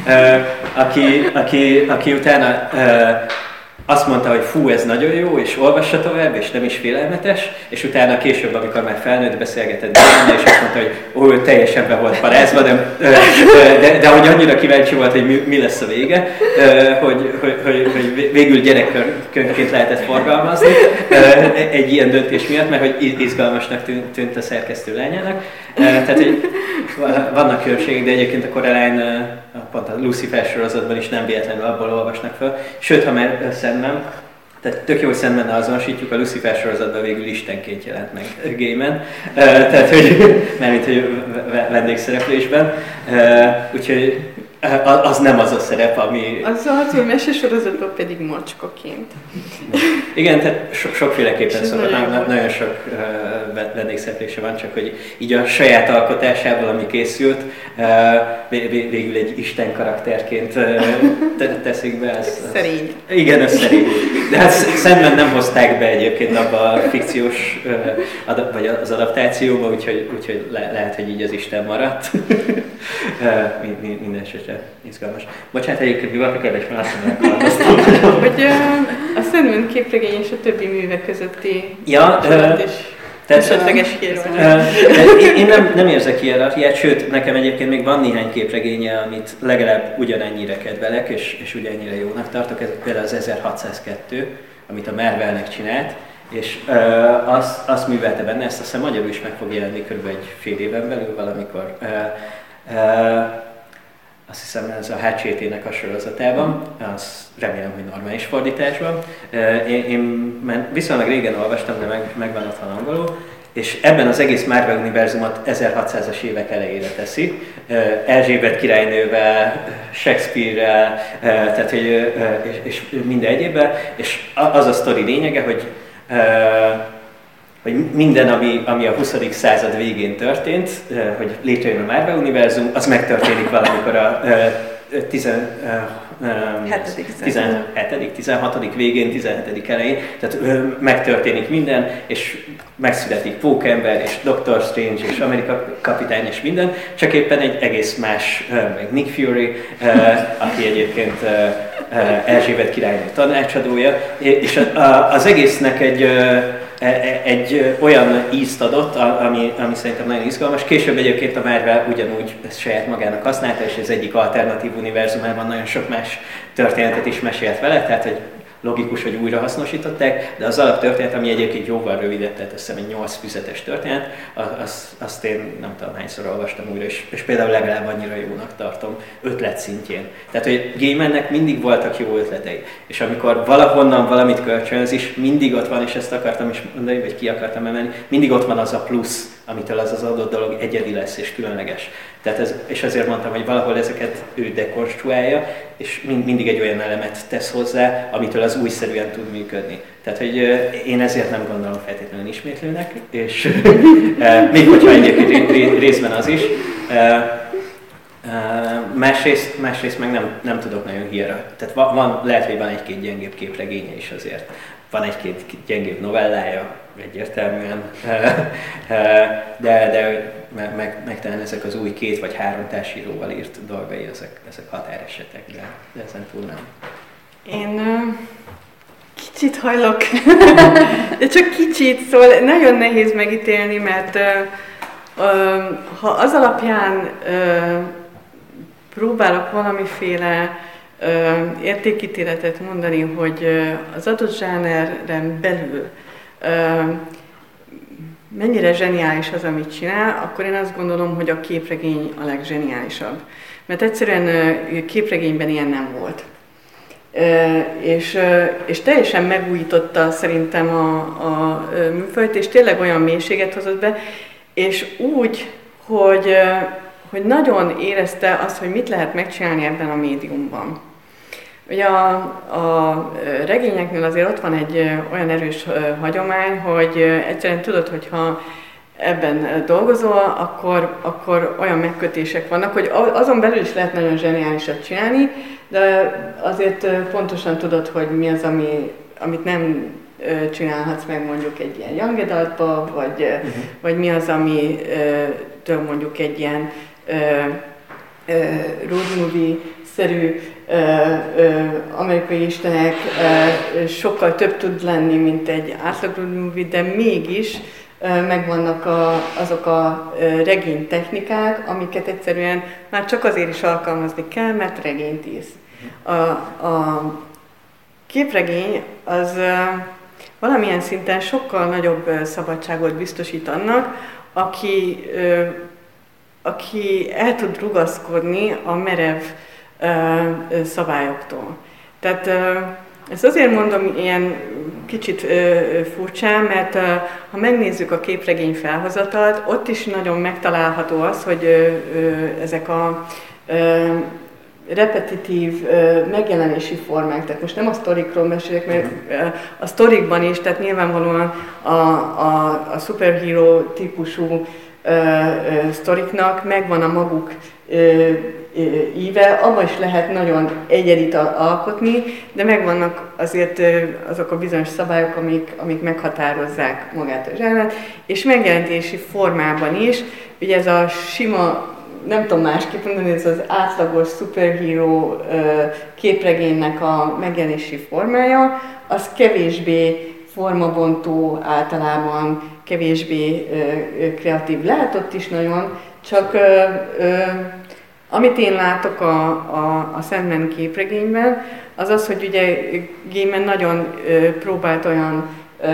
aki, aki, aki utána azt mondta, hogy fú, ez nagyon jó, és olvassa tovább, és nem is félelmetes, és utána később, amikor már felnőtt, beszélgetett benne, és azt mondta, hogy ó, ő teljesen be volt parázva, de, de, de hogy annyira kíváncsi volt, hogy mi, mi lesz a vége, hogy, hogy, hogy, hogy végül gyerekkönyvként lehetett forgalmazni egy ilyen döntés miatt, mert hogy izgalmasnak tűnt a szerkesztő lányának. Tehát, hogy vannak különbségek, de egyébként a Coraline, pont a Lucifer sorozatban is nem véletlenül abból olvasnak fel. Sőt, ha már Sandman, tehát tök jó, hogy Sandmannal azonosítjuk, a Lucifer sorozatban végül istenként jelent meg Gaiman. Tehát, hogy mármint, hogy vendégszereplésben. Úgyhogy az nem az a szerep, ami... Az az, hogy mesesorozatban pedig macskaként. Igen, tehát so- sokféleképpen szokott, nagyon, nagyon sok uh, vendégszereplése van, csak hogy így a saját alkotásából, ami készült, uh, vég- végül egy isten karakterként uh, te- teszik be. Ez, szerény. Igen, ez szerény. De hát Sandman nem hozták be egyébként abba a fikciós, uh, ad- vagy az adaptációba, úgyhogy, úgyhogy le- lehet, hogy így az isten maradt. uh, minden esetre izgalmas. Bocsánat, egyébként mi van a kérdés, mert azt mondom, hogy a Sandman képregény és a többi művek közötti ja, és esetleges hierarchiát. Én, én nem, nem érzek hierarchiát, sőt, nekem egyébként még van néhány képregénye, amit legalább ugyanennyire kedvelek, és, és ugyanennyire jónak tartok. Ez például az ezerhatszázkettő, amit a Marvelnek csinált, és uh, azt, azt művelte benne, ezt azt hiszem magyarul is meg fog jelenni körülbelül egy fél éven belül valamikor. Uh, uh, Azt hiszem, ez a há cé té-nek a sorozatában, az remélem, hogy normális fordításban. Én, én viszonylag régen olvastam, de meg, megvan otthon angolul, és ebben az egész Marvel univerzumot ezerhatszázas évek elejére teszi. Erzsébet királynővel, Shakespeare-rel, tehát, hogy, és, és minden egyébben, és az a sztori lényege, hogy hogy minden, ami, ami a huszadik század végén történt, hogy létrejön a Marvel univerzum, az megtörténik valamikor a tizenhetedik, tizenhatodik végén, tizenhetedik elején, tehát megtörténik minden, és megszületik Pókember, és Doctor Strange, és Amerika kapitány, és minden, csak éppen egy egész más, meg Nick Fury, aki egyébként Erzsébet királynő tanácsadója, és az egésznek egy egy olyan ízt adott, ami, ami szerintem nagyon izgalmas. Később egyébként a Marvel ugyanúgy ezt saját magának használta, és az egyik alternatív univerzumában nagyon sok más történetet is mesélt vele, tehát hogy logikus, hogy újra hasznosították, de az alaptörténet, ami egyébként jóval rövidebb, tehát azt hiszem egy nyolc füzetes történet, azt, azt én nem tudom hányszor olvastam újra, és, és például legalább annyira jónak tartom, ötlet szintjén. Tehát, hogy Gaimannek mindig voltak jó ötletei, és amikor valahonnan valamit kölcsönöz is, mindig ott van, és ezt akartam is mondani, vagy ki akartam emelni, mindig ott van az a plusz, amitől az az adott dolog egyedi lesz és különleges. Tehát ez, és azért mondtam, hogy valahol ezeket ő dekonstruálja, és mind, mindig egy olyan elemet tesz hozzá, amitől az újszerűen tud működni. Tehát, hogy én ezért nem gondolom feltétlenül ismétlőnek, és még hogyha egyébként részben az is. másrészt, másrészt meg nem, nem tudok nagyon hírra. Tehát van, van, lehet, hogy van egy-két gyengébb képregénye is azért. Van egy-két gyengébb novellája, egyértelműen, de, de meg, meg, meg talán ezek az új két vagy három társíróval írt dolgai, ezek, ezek határesetek, de, de ezen túl nem. Én uh, kicsit hajlok, de csak kicsit, szóval nagyon nehéz megítélni, mert uh, uh, ha az alapján uh, próbálok valamiféle uh, értékítéletet mondani, hogy uh, az adott zsáneren belül uh, mennyire zseniális az, amit csinál, akkor én azt gondolom, hogy a képregény a legzseniálisabb. Mert egyszerűen uh, képregényben ilyen nem volt. Uh, és, uh, és teljesen megújította szerintem a, a műfajt, és tényleg olyan mélységet hozott be, és úgy, hogy, uh, hogy nagyon érezte azt, hogy mit lehet megcsinálni ebben a médiumban. Ugye a, a regényeknél azért ott van egy uh, olyan erős uh, hagyomány, hogy uh, egyszerűen tudod, hogyha ebben dolgozol, akkor, akkor olyan megkötések vannak, hogy azon belül is lehet nagyon zseniálisat csinálni, de azért pontosan tudod, hogy mi az, ami, amit nem csinálhatsz meg mondjuk egy ilyen young adultba, vagy, uh-huh. vagy mi az, amitől mondjuk egy ilyen uh, uh, road movie-szerű uh, uh, amerikai istenek uh, sokkal több tud lenni, mint egy átlag road movie, de mégis megvannak a, azok a regénytechnikák, amiket egyszerűen már csak azért is alkalmazni kell, mert regényt írsz. A, a képregény az valamilyen szinten sokkal nagyobb szabadságot biztosít annak, aki, aki el tud rugaszkodni a merev szabályoktól. Tehát ezt azért mondom ilyen kicsit ö, furcsán, mert ö, ha megnézzük a képregény felhozatalt, ott is nagyon megtalálható az, hogy ö, ö, ezek a ö, repetitív ö, megjelenési formák, tehát most nem a sztorikról mesélek, mert ö, a sztorikban is, tehát nyilvánvalóan a, a, a superhero típusú ö, ö, sztoriknak megvan a maguk ö, íve, abban is lehet nagyon egyerit alkotni, de megvannak azért azok a bizonyos szabályok, amik, amik meghatározzák magát a zsánert, és megjelenítési formában is, ugye ez a sima, nem tudom másképp mondani, ez az átlagos superhero képregénynek a megjelenési formája, az kevésbé formabontó, általában kevésbé kreatív. Lehet ott is nagyon, csak amit én látok a, a, a Sandman képregényben, az az, hogy ugye Gaiman nagyon ö, próbált olyan ö,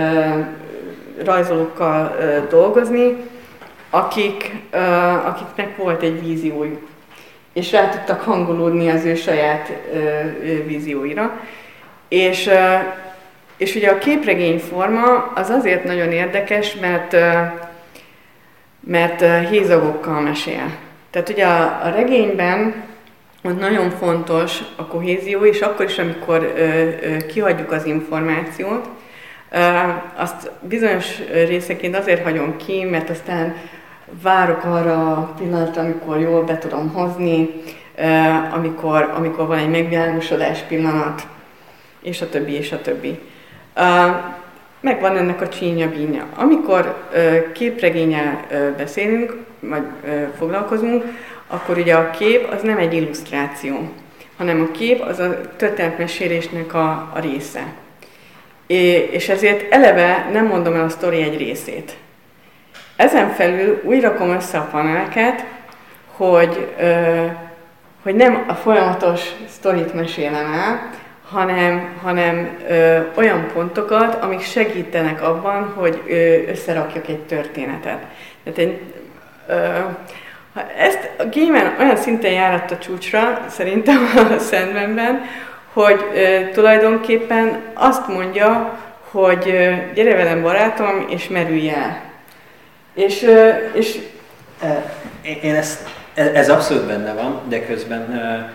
rajzolókkal ö, dolgozni, akik, ö, akiknek volt egy víziójuk, és rá tudtak hangolódni az ő saját ö, ö, vízióira. És, ö, és ugye a képregény forma az azért nagyon érdekes, mert, ö, mert ö, hézagokkal mesél. Tehát ugye a, a regényben ott nagyon fontos a kohézió, és akkor is, amikor ö, ö, kihagyjuk az információt, ö, azt bizonyos részeként azért hagyom ki, mert aztán várok arra a pillanatra, amikor jól be tudom hozni, ö, amikor, amikor van egy megvilágosodás pillanat, és a többi, és a többi. Ö, megvan ennek a csínya-bínya. Amikor ö, képregénnyel ö, beszélünk, vagy ö, foglalkozunk, akkor ugye a kép az nem egy illusztráció, hanem a kép az a történetmesélésnek a, a része. É, és ezért eleve nem mondom el a sztori egy részét. Ezen felül úgy rakom össze a paneleket, hogy, ö, hogy nem a folyamatos sztorit mesélem el, hanem, hanem ö, olyan pontokat, amik segítenek abban, hogy ö, összerakjak egy történetet. Tehát egy, ö, ha ezt a Gaiman olyan szinten járatta csúcsra, szerintem a Sandmanben, hogy ö, tulajdonképpen azt mondja, hogy ö, gyere velem barátom, és merülj el. És, ö, és én ezt, ez abszolút benne van, de közben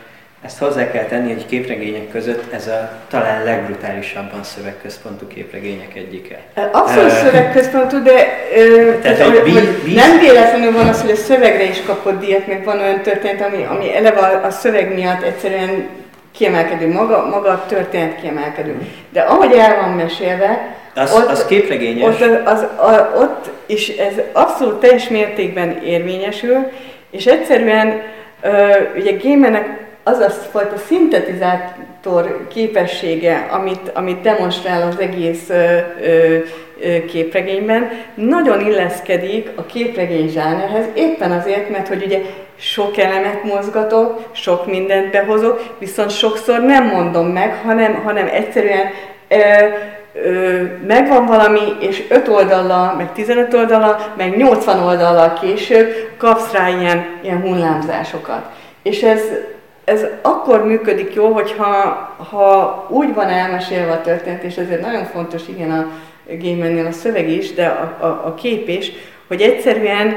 ezt hozzá kell tenni, hogy képregények között ez a talán legbrutálisabban szövegközpontú képregények egyike. Abszolút uh, szövegközpontú, de uh, tehát, tehát, hogy, hogy bíz... nem véletlenül van az, hogy a szövegre is kapott díjat, mert van olyan történet, ami, ami eleve a, a szöveg miatt egyszerűen kiemelkedő, maga, maga a történet kiemelkedő. De ahogy el van mesélve, az, ott, az képregényes. Ott, az, a, ott is ez abszolút teljes mértékben érvényesül, és egyszerűen uh, ugye Gaimannek az a fajta szintetizátor képessége, amit, amit demonstrál az egész ö, ö, ö, képregényben, nagyon illeszkedik a képregény zsánerhez, éppen azért, mert hogy ugye sok elemet mozgatok, sok mindent behozok, viszont sokszor nem mondom meg, hanem, hanem egyszerűen ö, ö, megvan valami, és öt oldallal, meg tizenöt oldallal, meg nyolcvan oldallal később kapsz rá ilyen, ilyen hullámzásokat. És ez Ez akkor működik jól, hogyha ha úgy van elmesélve a történet, és ezért nagyon fontos, igen, a Gaimannél a szöveg is, de a, a, a kép is, hogy egyszerűen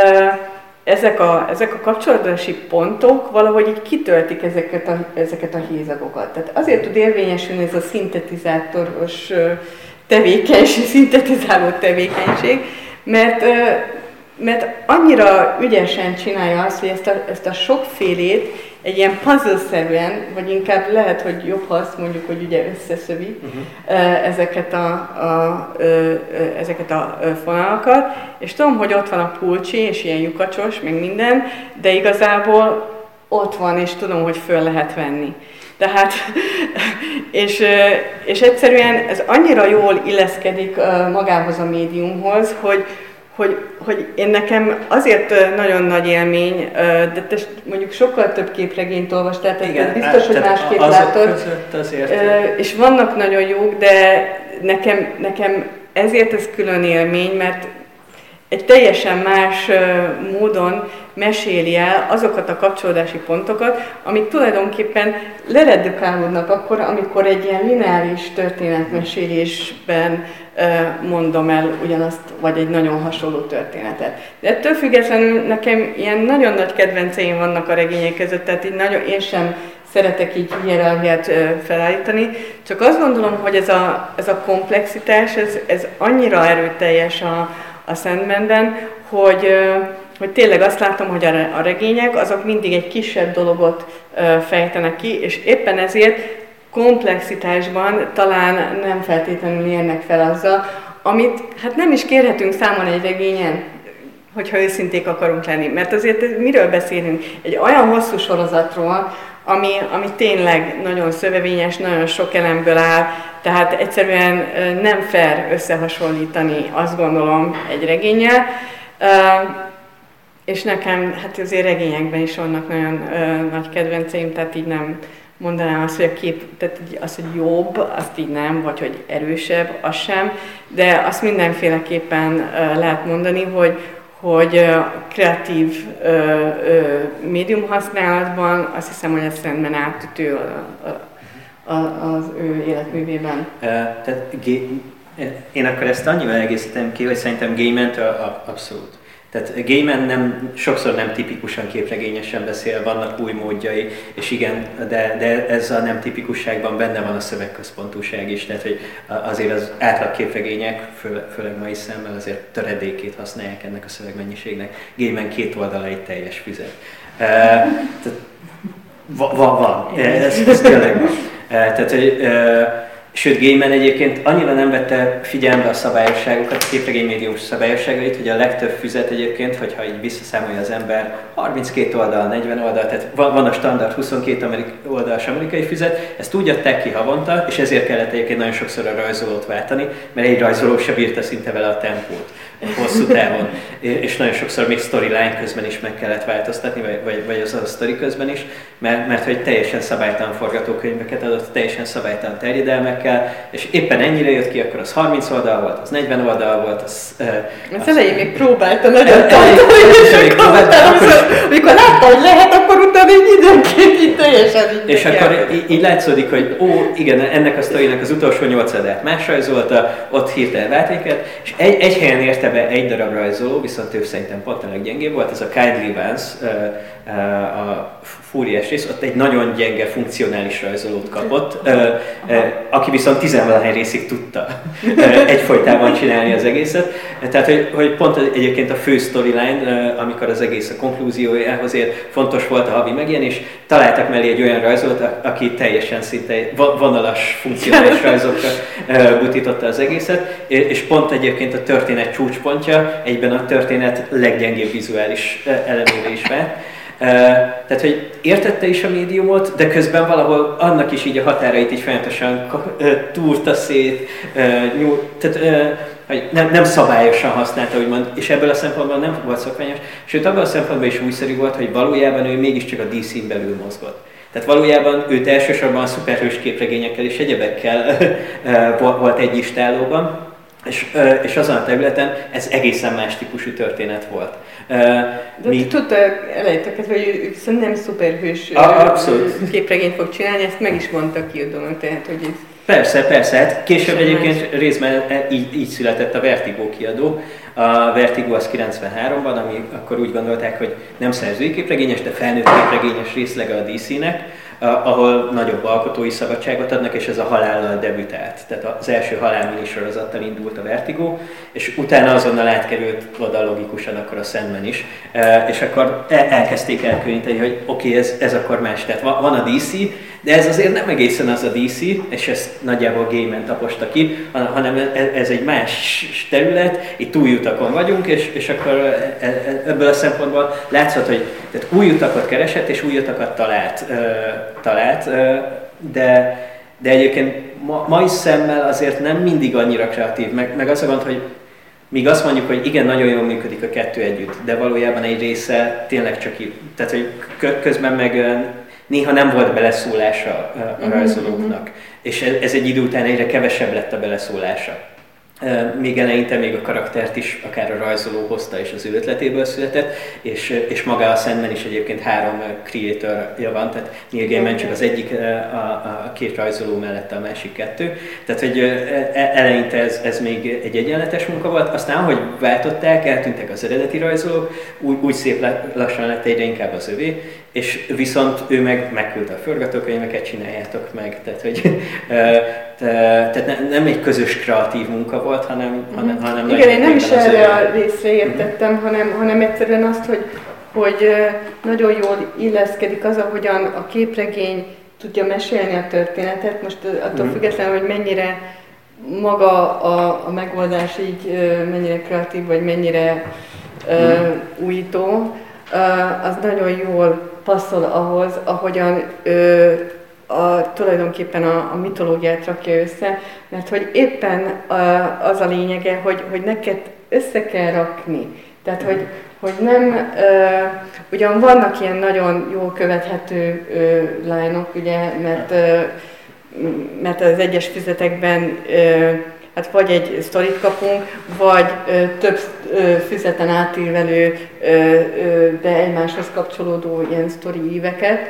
ezek a, ezek a kapcsolódási pontok valahogy így kitöltik ezeket a, ezeket a hézagokat. Tehát azért tud érvényesülni ez a szintetizátoros tevékenység, szintetizáló tevékenység, mert mert annyira ügyesen csinálja azt, hogy ezt a, ezt a sokfélét egy ilyen puzzle-szerűen, vagy inkább lehet, hogy jobb, ha azt mondjuk, hogy ugye összeszövi uh-huh. ezeket, a, a, ezeket a fonalakat, és tudom, hogy ott van a pulcsi, és ilyen lyukacsos, meg minden, de igazából ott van, és tudom, hogy föl lehet venni. Tehát, és, és egyszerűen ez annyira jól illeszkedik magához a médiumhoz, hogy Hogy, hogy én nekem azért nagyon nagy élmény, de te mondjuk sokkal több képregényt olvastál, tehát igen, biztos, hogy másképp látod, és vannak nagyon jók, de nekem, nekem ezért ez külön élmény, mert egy teljesen más módon meséli el azokat a kapcsolódási pontokat, amik tulajdonképpen leredukálódnak akkor, amikor egy ilyen lineáris történetmesélésben mondom el ugyanazt, vagy egy nagyon hasonló történetet. De ettől függetlenül nekem ilyen nagyon nagy kedvenceim vannak a regények között, tehát így nagyon, én sem szeretek így hierarchiát felállítani, csak azt gondolom, hogy ez a, ez a komplexitás, ez, ez annyira erőteljes a, a Sandmanben, hogy, hogy tényleg azt látom, hogy a regények azok mindig egy kisebb dologot fejtenek ki, és éppen ezért komplexitásban talán nem feltétlenül érnek fel azzal, amit hát nem is kérhetünk számon egy regényen, hogyha őszinték akarunk lenni. Mert azért miről beszélünk? Egy olyan hosszú sorozatról, ami, ami tényleg nagyon szövevényes, nagyon sok elemből áll, tehát egyszerűen nem fair összehasonlítani, azt gondolom, egy regénnyel. És nekem hát azért regényekben is vannak nagyon nagy kedvenceim, tehát így nem mondanám azt, hogy a kép, tehát az, hogy jobb, azt így nem, vagy hogy erősebb, az sem, de azt mindenféleképpen lehet mondani, hogy, hogy kreatív ö, ö, médium használatban azt hiszem, hogy ez rendben átütő a, a, a, az ő életművében. Uh, tehát én akkor ezt annyival egészítem ki, hogy szerintem Gaiman-től abszolút. Tehát Gaiman nem, sokszor nem tipikusan képregényesen beszél, vannak új módjai, és igen, de, de ez a nem tipikusságban benne van a szövegközpontúság is, tehát hogy azért az átlag képregények, fő, főleg mai szemmel azért töredékét használják ennek a szövegmennyiségnek. Gaiman két oldala egy teljes füzet. Uh, tehát, van, van, van. Ez, ez tényleg van. Uh, tehát, hogy, uh, Sőt, Gaiman egyébként annyira nem vette figyelembe a szabályosságokat, a képregény médium szabályosságait, hogy a legtöbb füzet egyébként, hogyha így visszaszámolja az ember, harminckét oldal, negyven oldal, tehát van, van a standard huszonkét amerik, oldalas amerikai füzet, ezt úgy adták ki havonta, és ezért kellett egyébként nagyon sokszor a rajzolót váltani, mert egy rajzoló se bírta szinte vele a tempót hosszú távon, és nagyon sokszor még storyline közben is meg kellett változtatni, vagy, vagy, vagy az a sztori közben is, mert, mert hogy teljesen szabálytalan forgatókönyveket adott, teljesen szabálytalan terjedelmekkel, és éppen ennyire jött ki, akkor az harminc oldal volt, az negyven oldal volt, az... Az, az elején még próbálta nagyon tartani, és amikor látta, hogy lehet, akkor utána egy időnként így teljesen így. És akkor így, így látszódik, hogy ó, igen, ennek a sztorinak az utolsó nyolc oldalt más rajzolta, ott hirtelen vált minket, és egy, egy helyen érte be egy darab rajzoló, viszont ő szerintem pont a leggyengébb volt, ez a Kindly Vance, a fúriás rész, ott egy nagyon gyenge funkcionális rajzolót kapott, ö, ö, aki viszont tizenvalahány részig tudta egyfolytában csinálni az egészet. Tehát, hogy, hogy pont egyébként a fő storyline, amikor az egész a konklúziójához ér, fontos volt a havi megjelenés, találtak mellé egy olyan rajzolót, aki teljesen szinte vonalas funkcionális rajzokkal butította az egészet, és pont egyébként a történet csúcspontja egyben a történet leggyengébb vizuális elemévé is vált. Uh, tehát, hogy értette is a médiumot, de közben valahol annak is így a határait így folyamatosan uh, túrta szét, uh, nyúl, tehát uh, hogy nem, nem szabályosan használta, úgymond, és ebből a szempontból nem volt szokványos, sőt abban a szempontból is újszerű volt, hogy valójában ő mégiscsak a dé cén belül mozgott. Tehát valójában őt elsősorban a szuperhős képregényekkel és egyebekkel uh, volt egy istálóban, És, és azon a területen ez egészen más típusú történet volt. De mi... tudta elejteket, hogy ő viszont nem szuperhős képregényt fog csinálni, ezt meg is mondta Kildon, tehát hogy ez... Persze, persze, hát később egyébként más. Részben így, így született a Vertigo kiadó. A Vertigo az kilencvenháromban, ami akkor úgy gondolták, hogy nem szerzői képregényes, de felnőtt képregényes részlege a dé cének, ahol nagyobb alkotói szabadságot adnak, és ez a Halállal debütált. Tehát az első Halál minisorozattal indult a Vertigo, és utána azonnal átkerült oda logikusan akkor a Sandman is, és akkor elkezdték elkülöníteni, hogy oké, okay, ez, ez akkor más. Tehát van a dé cé, de ez azért nem egészen az a dé cé, és ezt nagyjából Gaiman taposta ki, hanem ez egy más terület, itt új utakon vagyunk, és, és akkor ebből a szempontból látszott, hogy tehát új utakat keresett, és új utakat talált, talált de, de egyébként ma, mai szemmel azért nem mindig annyira kreatív, meg, meg az a gond, hogy míg azt mondjuk, hogy igen, nagyon jól működik a kettő együtt, de valójában egy része tényleg csak így, tehát hogy közben meg néha nem volt beleszólása a rajzolóknak, és ez egy idő után egyre kevesebb lett a beleszólása. Még eleinte még a karaktert is akár a rajzoló hozta és az ő ötletéből született, és, és maga a Sandman is egyébként három creatorja van, tehát Neil Gaiman csak az egyik, a, a két rajzoló mellett a másik kettő. Tehát, hogy eleinte ez, ez még egy egyenletes munka volt, aztán ahogy váltották, eltűntek az eredeti rajzolók, úgy, úgy szép lassan lett egyre inkább az övé, és viszont ő meg megküldte a forgatókönyveket, csináljátok meg, tehát hogy tehát nem egy közös kreatív munka volt, hanem, hanem, hanem igen, én nem is erre a részre értettem, uh-huh. hanem, hanem egyszerűen azt, hogy, hogy nagyon jól illeszkedik az, ahogyan a képregény tudja mesélni a történetet, most attól uh-huh. függetlenül, hogy mennyire maga a, a megoldás így mennyire kreatív, vagy mennyire uh-huh. uh, újító, uh, az nagyon jól passzol ahhoz, ahogyan uh, A, tulajdonképpen a, a mitológiát rakja össze, mert hogy éppen a, az a lényege, hogy, hogy neked össze kell rakni. Tehát, hogy, hogy nem, uh, ugyan vannak ilyen nagyon jól követhető uh, line-ok, ugye, mert, uh, mert az egyes füzetekben uh, hát vagy egy sztorit kapunk, vagy uh, több uh, füzeten átívelő, uh, uh, de egymáshoz kapcsolódó ilyen sztori íveket.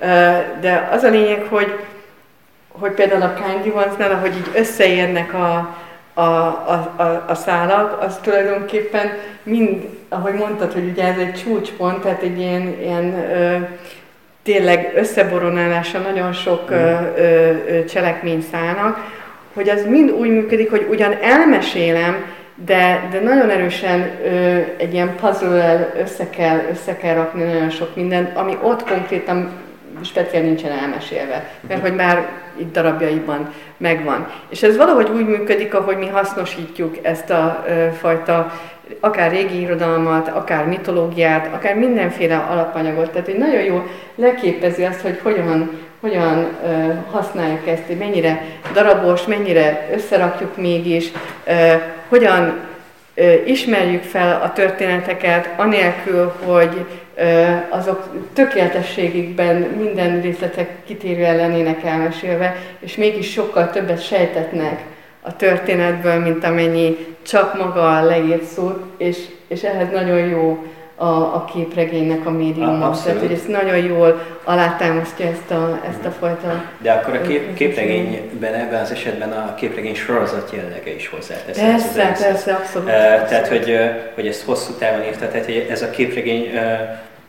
De az a lényeg, hogy, hogy például a Kindly Ones-nál, ahogy így összeérnek a, a, a, a, a szálak, az tulajdonképpen mind, ahogy mondtad, hogy ugye ez egy csúcspont, tehát egy ilyen, ilyen ö, tényleg összeboronálása nagyon sok ö, ö, cselekményszálnak, hogy az mind úgy működik, hogy ugyan elmesélem, de, de nagyon erősen ö, egy ilyen puzzle-el össze kell, össze kell rakni nagyon sok mindent, ami ott konkrétan speciál nincsen elmesélve, mert hogy már itt darabjaiban megvan. És ez valahogy úgy működik, ahogy mi hasznosítjuk ezt a ö, fajta akár régi irodalmat, akár mitológiát, akár mindenféle alapanyagot. Tehát hogy nagyon jól leképezi azt, hogy hogyan, hogyan ö, használjuk ezt, hogy mennyire darabos, mennyire összerakjuk mégis, ö, hogyan ö, ismerjük fel a történeteket, anélkül, hogy azok tökéletességükben minden részletek kitérően lennének elmesélve, és mégis sokkal többet sejtetnek a történetből, mint amennyi csak maga a leírt szó, és, és ehhez nagyon jó a, a képregénynek a médiuma. Tehát, hogy ez nagyon jól alátámasztja ezt a, ezt a fajta... De akkor a kép, képregényben, ebben az esetben a képregény sorozat jellege is hozzátesz. Persze, persze, abszolút. Uh, tehát, hogy, hogy ezt hosszú távon írta, tehát hogy ez a képregény uh,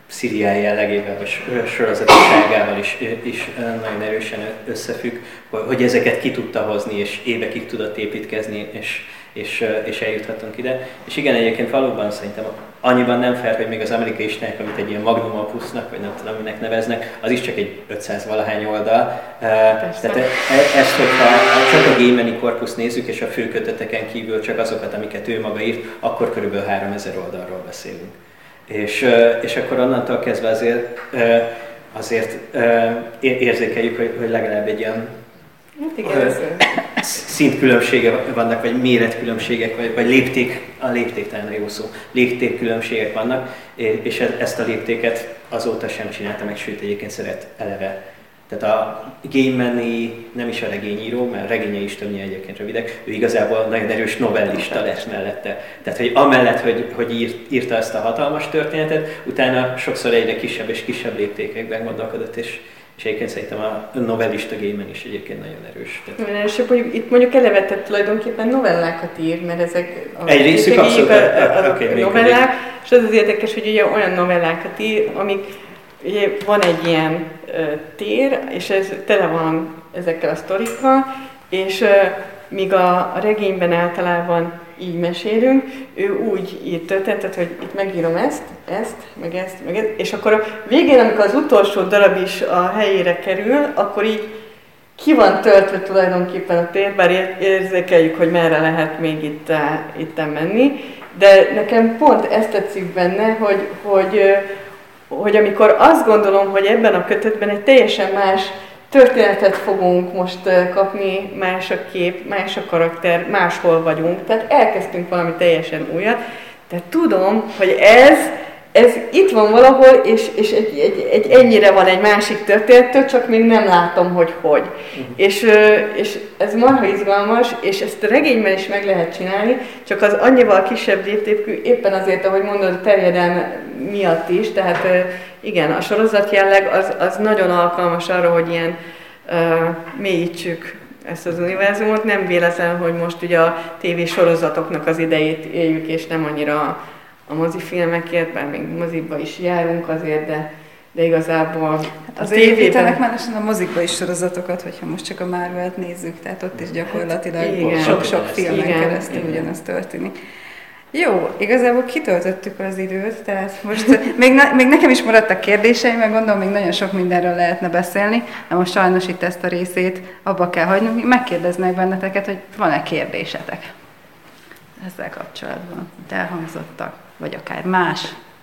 Szíriai jellegével, vagy sorozatosságával is, is nagyon erősen összefügg, hogy ezeket ki tudta hozni, és évekig tudott építkezni, és, és, és eljuthatunk ide. És igen, egyébként valóban szerintem annyiban nem fair, hogy még az amerikai istenek, amit egy ilyen magnum opusnak, vagy nem tudom, minek neveznek, az is csak egy ötszáz valahány oldal. Persze. Tehát ezt, hogyha csak a Gaiman-i korpuszt nézzük, és a főköteteken kívül csak azokat, amiket ő maga írt, akkor körülbelül háromezer oldalról beszélünk. És, és akkor onnantól kezdve azért, azért érzékeljük, hogy, hogy legalább egy ilyen szintkülönbsége vannak, vagy méretkülönbségek, vagy, vagy lépték, a lépték talán a jó szó, léptékkülönbségek vannak, és ezt a léptéket azóta sem csinálta meg, sőt egyébként szeret eleve. Tehát a Gaiman-i nem is a regényíró, mert a regényei is többnyire egyébként rövidek, ő igazából nagyon erős novellista lesz mellette. Tehát, hogy amellett, hogy, hogy írt, írta ezt a hatalmas történetet, utána sokszor egyre kisebb és kisebb léptékekben gondolkodott, és, és egyébként szerintem a novellista Gaiman is egyébként nagyon erős. Tehát... És mondjuk, itt mondjuk eleve tehát tulajdonképpen novellákat ír, mert ezek a, egy részük abszolút, a, a, okay, a novellák, és az az érdekes, hogy ugye olyan novellákat ír, amik ugye van egy ilyen ö, tér, és ez tele van ezekkel a sztorikkal, és ö, míg a, a regényben általában így mesélünk, ő úgy ír történetet, hogy itt megírom ezt, ezt, meg ezt, meg ezt, és akkor a végén, amikor az utolsó darab is a helyére kerül, akkor így ki van töltve tulajdonképpen a tér, bár érzékeljük, hogy merre lehet még itt, itt menni, de nekem pont ezt tetszik benne, hogy, hogy hogy amikor azt gondolom, hogy ebben a kötetben egy teljesen más történetet fogunk most kapni, más a kép, más a karakter, máshol vagyunk, tehát elkezdtünk valami teljesen újat, de tudom, hogy ez, ez itt van valahol, és, és egy, egy, egy ennyire van egy másik történettől, csak még nem látom, hogy hogy. Uh-huh. És, és ez marha izgalmas, és ezt a regényben is meg lehet csinálni, csak az annyival kisebb léptékű, éppen azért, ahogy mondod, a terjedelme miatt is, tehát igen, a sorozat jelleg az, az nagyon alkalmas arra, hogy ilyen uh, mélyítsük ezt az univerzumot. Nem véletlen, hogy most ugye a tévésorozatoknak az idejét éljük, és nem annyira a mozifilmekért, bár még moziba is járunk azért, de, de igazából hát az építenek már a mozikba is sorozatokat, hogyha most csak a Marvelt nézzük, tehát ott is gyakorlatilag sok-sok filmen igen, keresztül igen. ugyanaz történik. Jó, igazából kitöltöttük az időt, tehát most még, ne, még nekem is maradtak kérdéseim, meg gondolom, még nagyon sok mindenről lehetne beszélni, de most sajnos itt ezt a részét abba kell hagynunk. Megkérdeznek benneteket, hogy van-e kérdésetek ezzel kapcsolatban, itt elhangzottak, vagy akár más.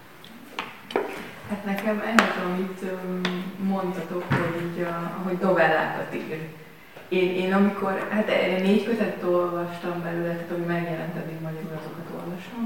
Hát nekem ennek, amit mondtatok, hogy így, ahogy novellákat ír. Én, én amikor, hát négy kötetet olvastam belőle, tehát ami megjelent, eddig magyarul azokat olvasom.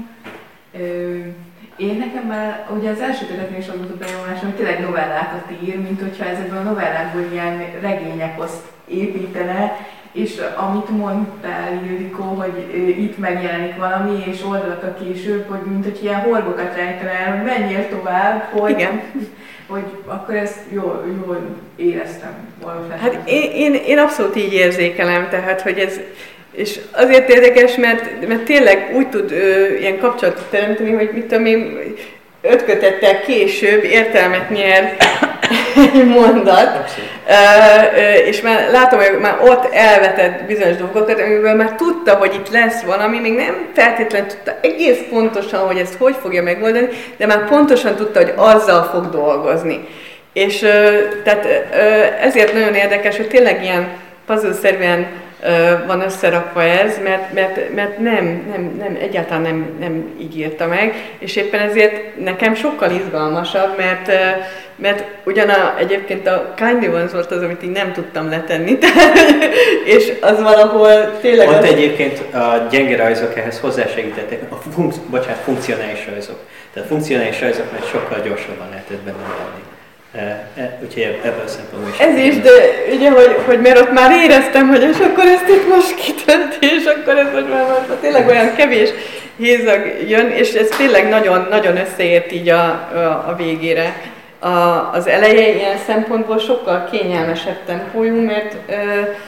Én nekem már, ugye az első kötetnél is az volt a benyomásom, hogy tényleg novellákat ír, mint hogyha ezekben a novellákból ilyen regényekhoz építene, és amit mondtál, Ildikó, hogy itt megjelenik valami, és oldalakkal később, hogy mint hogy ilyen horgokat rejtene el, hogy menjél tovább, hogy, igen. hogy akkor ezt jól, jól éreztem. Hát én, én, én abszolút így érzékelem, tehát hogy ez, és azért érdekes, mert, mert tényleg úgy tud ö, ilyen kapcsolatot teremteni, hogy mit tudom én, öt kötettel később értelmet nyer egy mondat, uh, és már látom, hogy már ott elvetett bizonyos dolgokat, amiből már tudta, hogy itt lesz valami, még nem feltétlenül tudta egész pontosan, hogy ezt hogy fogja megoldani, de már pontosan tudta, hogy azzal fog dolgozni. És uh, tehát uh, ezért nagyon érdekes, hogy tényleg ilyen puzzle-szerűen uh, van összerakva ez, mert, mert, mert nem, nem, nem, egyáltalán nem, nem így írta meg, és éppen ezért nekem sokkal izgalmasabb, mert, uh, mert ugyan a, egyébként a Kindly Ones volt az, amit így nem tudtam letenni, és az valahol tényleg... Ott az... egyébként a gyenge rajzok ehhez hozzásegítettek, a funk, bocsánat, funkcionális rajzok. Tehát funkcionális rajzok, mert sokkal gyorsabban lehetett benne lenni. E, e, úgyhogy ebből a szempontból is. Ez is, de ugye, hogy, hogy mert ott már éreztem, hogy és akkor ezt itt most kitölti, és akkor ez most már most tényleg olyan kevés hézag jön, és ez tényleg nagyon, nagyon összeért így a, a, a végére. A, az eleje ilyen szempontból sokkal kényelmesebb tempójú, mert,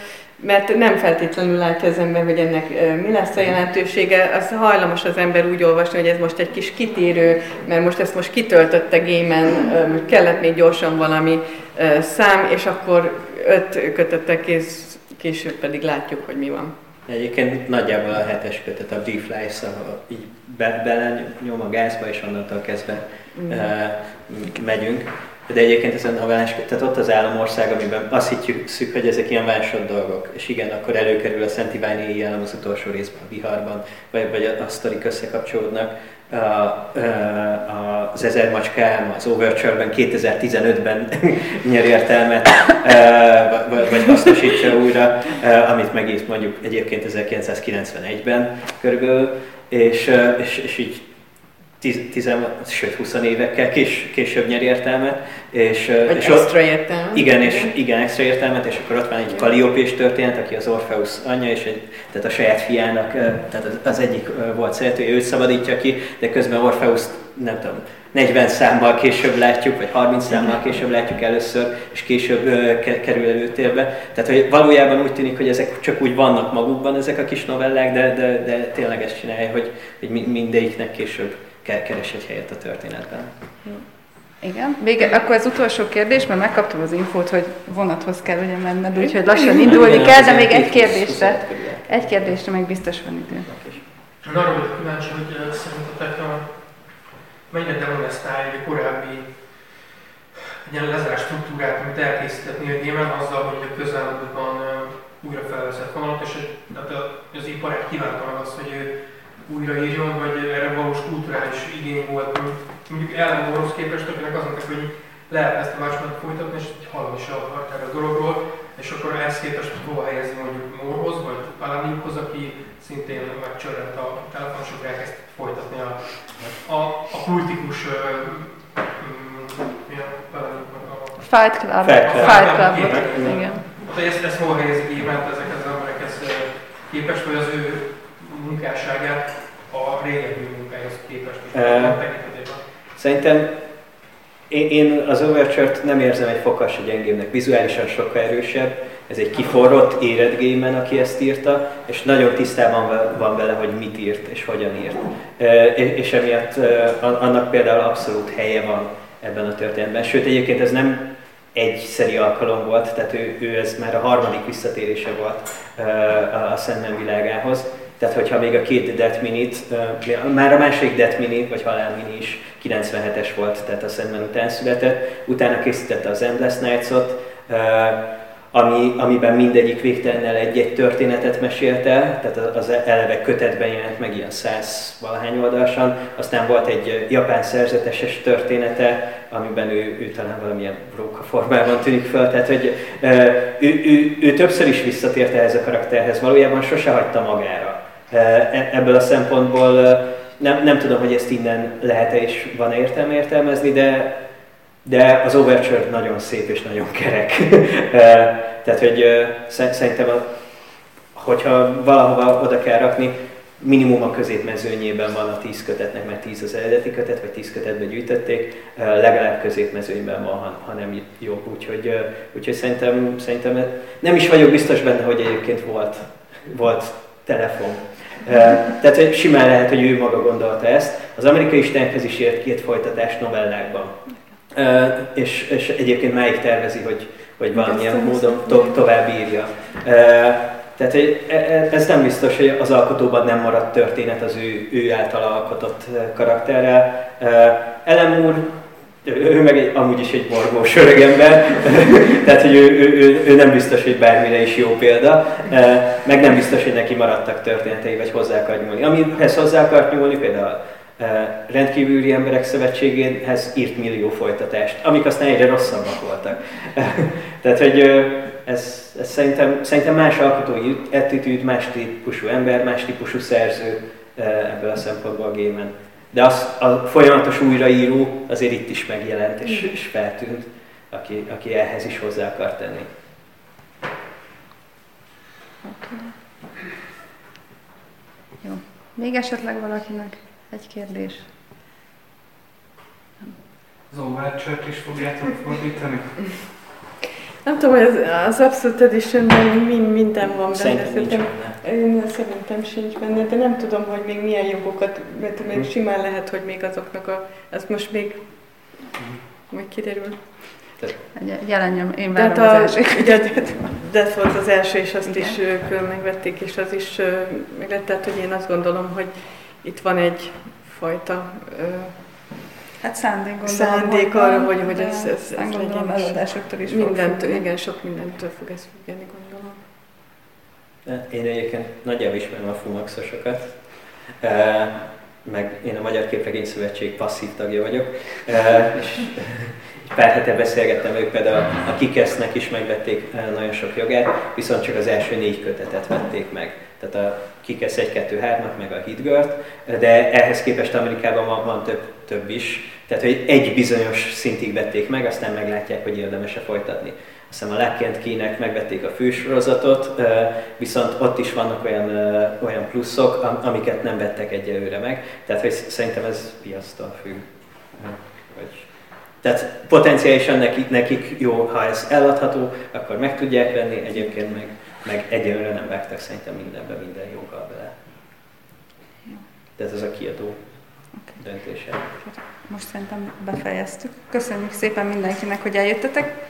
mert nem feltétlenül látja az ember, hogy ennek mi lesz a jelentősége. Az hajlamos az ember úgy olvasni, hogy ez most egy kis kitérő, mert most ezt most kitöltötte gémen, kellett még gyorsan valami szám, és akkor öt kötettel kész, később pedig látjuk, hogy mi van. Egyébként nagyjából a hetes kötet, a G-Fly, ahol így be, belenyom a gázba, és onnantól kezdve mm. uh, megyünk. De egyébként ez a novellás, tehát ott az államország, amiben azt hitjük, hogy ezek ilyen másod dolgok. És igen, akkor előkerül a Szent Iványi éjjel az utolsó részben, a viharban, vagy, vagy a, a sztorik összekapcsolódnak. A, a, az Ezer macskám az Overture-ben kétezer-tizenötben nyer értelmet, vagy, vagy hasznosítsa újra, amit megírt mondjuk egyébként ezerkilencszázkilencvenegyben körülbelül, és, és, és így Tiz, tizen, sőt húsz évekkel kés, később nyer értelmet. És, vagy és extra ott, értelmet. Igen, és igen, extra értelmet, és akkor ott van egy Kalliopés történet, aki az Orpheus anyja, és egy, tehát a saját fiának, tehát az, az egyik volt szeretője, őt szabadítja ki, de közben Orpheus, nem tudom, negyven számmal később látjuk, vagy harminc számmal később látjuk először, és később kerül előtérbe. Tehát hogy valójában úgy tűnik, hogy ezek csak úgy vannak magukban, ezek a kis novellák, de, de, de tényleg ezt csinálja, hogy, hogy mindegyiknek később keres egy helyet a történetben. Igen. Vége, akkor az utolsó kérdés, mert megkaptam az infót, hogy vonathoz kell ugye menned, úgyhogy lassan indulni kell, de még egy kérdésre. Egy kérdésre még biztos van idő. Én arra vagyok kíváncsi, hogy szerintetek mennyire demonesztálja egy korábbi ilyen lezárás struktúrát, amit elkészített Neil Gaiman azzal, hogy a közelmúltban újra felveszett vonalat, és az iparág kívánta meg azt, hogy ő újraírjon, vagy erre valós kulturális igény volt. Mondjuk Alan Moorehoz képest, akinek azt mondták, hogy lehet ezt a másokat folytatni, és hallani se akart erre a dologról, és akkor ehhez képest hova helyezni mondjuk Moorehoz, vagy Palahniukhoz, aki szintén megcsörrent a telefonosokra, elkezd folytatni a, a, a kultikus a Fight Club. Fight Club. Igen. Ezt, ezt hova helyezik Gaimant ezeket az emberekhez képest, vagy az ő munkásságát a régebbi munkájához képest is tekintetében? Szerintem én, én az Overture-t nem érzem egy fokkal se gyengébbnek, vizuálisan sokkal erősebb. Ez egy kiforrott, érett Gaiman, aki ezt írta, és nagyon tisztában van vele, hogy mit írt és hogyan írt. És emiatt annak például abszolút helye van ebben a történetben. Sőt, egyébként ez nem egyszeri alkalom volt, tehát ő, ő ez már a harmadik visszatérése volt a Sandman világához. Tehát, hogyha még a két Death Minute, uh, már a második Death Minute, vagy Halál Mini is kilencvenhetes volt, tehát a Sandman után született. Utána készítette az Endless Nights-ot, uh, ami, amiben mindegyik végtelennel egy-egy történetet mesélt el, tehát az eleve kötetben jelent meg ilyen száz valahány oldalasan. Aztán volt egy japán szerzeteses története, amiben ő, ő talán valamilyen bróka formában tűnik föl, tehát hogy uh, ő, ő, ő többször is visszatért ehhez a karakterhez, valójában sose hagyta magára. Ebből a szempontból nem, nem tudom, hogy ezt innen lehet-e és van-e értelme értelmezni, de, de az Overture nagyon szép és nagyon kerek. Tehát, hogy szerintem, hogyha valahova oda kell rakni, minimum a középmezőnyében van a tíz kötetnek, mert tíz az eredeti kötet, vagy tíz kötetbe gyűjtötték, legalább középmezőnyben van, ha, ha nem jobb. Úgyhogy, úgyhogy szerintem, szerintem nem is vagyok biztos benne, hogy egyébként volt, volt telefon. Uh, tehát hogy simán lehet, hogy ő maga gondolta ezt. Az Amerikai Istenekhez is ért két folytatást novellákban. Uh, és, és egyébként máig tervezi, hogy, hogy valamilyen módon to- tovább írja. Uh, tehát hogy ez nem biztos, hogy az alkotóban nem maradt történet az ő, ő által alkotott karakterrel. Uh, Alan Moore, ő meg egy, amúgy is egy morgós öregember, tehát hogy ő, ő, ő, ő nem biztos, hogy bármire is jó példa, meg nem biztos, hogy neki maradtak történetei, vagy hozzá akar nyúlni. Amihez hozzá akart nyúlni, például Rendkívüli Emberek Szövetségéhez írt millió folytatást, amik aztán egyre rosszabbak voltak. Tehát, hogy ez, ez szerintem, szerintem más alkotói attitűd, más típusú ember, más típusú szerző ebből a szempontból Gaiman. De az, a folyamatos újraíró azért itt is megjelent és, és feltűnt, aki, aki ehhez is hozzá akar tenni. Okay. Jó. Még esetleg valakinek egy kérdés? Az Overture-t is fogjátok fordítani? Nem tudom, hogy az, az Absolute Editionben mind, minden van benne. Szerintem nincs Szerintem, benne. én szerintem sincs benne, de nem tudom, hogy még milyen jogokat, mert még simán lehet, hogy még azoknak a... Ez most még... Majd kiderül. Jelenjem, én De várom hát az a, első ugye, de volt az első, és azt Igen. is ö, külön megvették, és az is ö, meg lett, tehát hogy én azt gondolom, hogy itt van egy fajta ö, Hát szándék gondolom, szándék van, arra, hogy, hogy de ez, ez, ez aztán gondolom legyen is. eladásoktól is fog Mindentől, függeni. igen, sok mindentől fog ez függeni, gondolom. Én egyébként nagyjából ismerem a Fumaxosokat, meg én a Magyar Képregény Szövetség passzív tagja vagyok, és pár hete beszélgettem, ők például a Kikesznek is megvették nagyon sok jogát, viszont csak az első négy kötetet vették meg. Tehát a Kikesz egy kettő hármat, meg a Hit Girl-t, de ehhez képest Amerikában van, van több, több is. Tehát, hogy egy bizonyos szintig vették meg, aztán meglátják, hogy érdemes-e folytatni. Aztán a Lock and Key-nek megvették a fősorozatot, viszont ott is vannak olyan, olyan pluszok, amiket nem vettek egyelőre meg. Tehát, hogy szerintem ez piactól függ. Vagy Tehát potenciálisan nekik, nekik jó, ha ez eladható, akkor meg tudják venni, egyébként meg, meg egyelőre nem vágtak szerintem mindenbe, minden joggal bele. Tehát ez a kiadó döntése. Most szerintem befejeztük. Köszönjük szépen mindenkinek, hogy eljöttetek.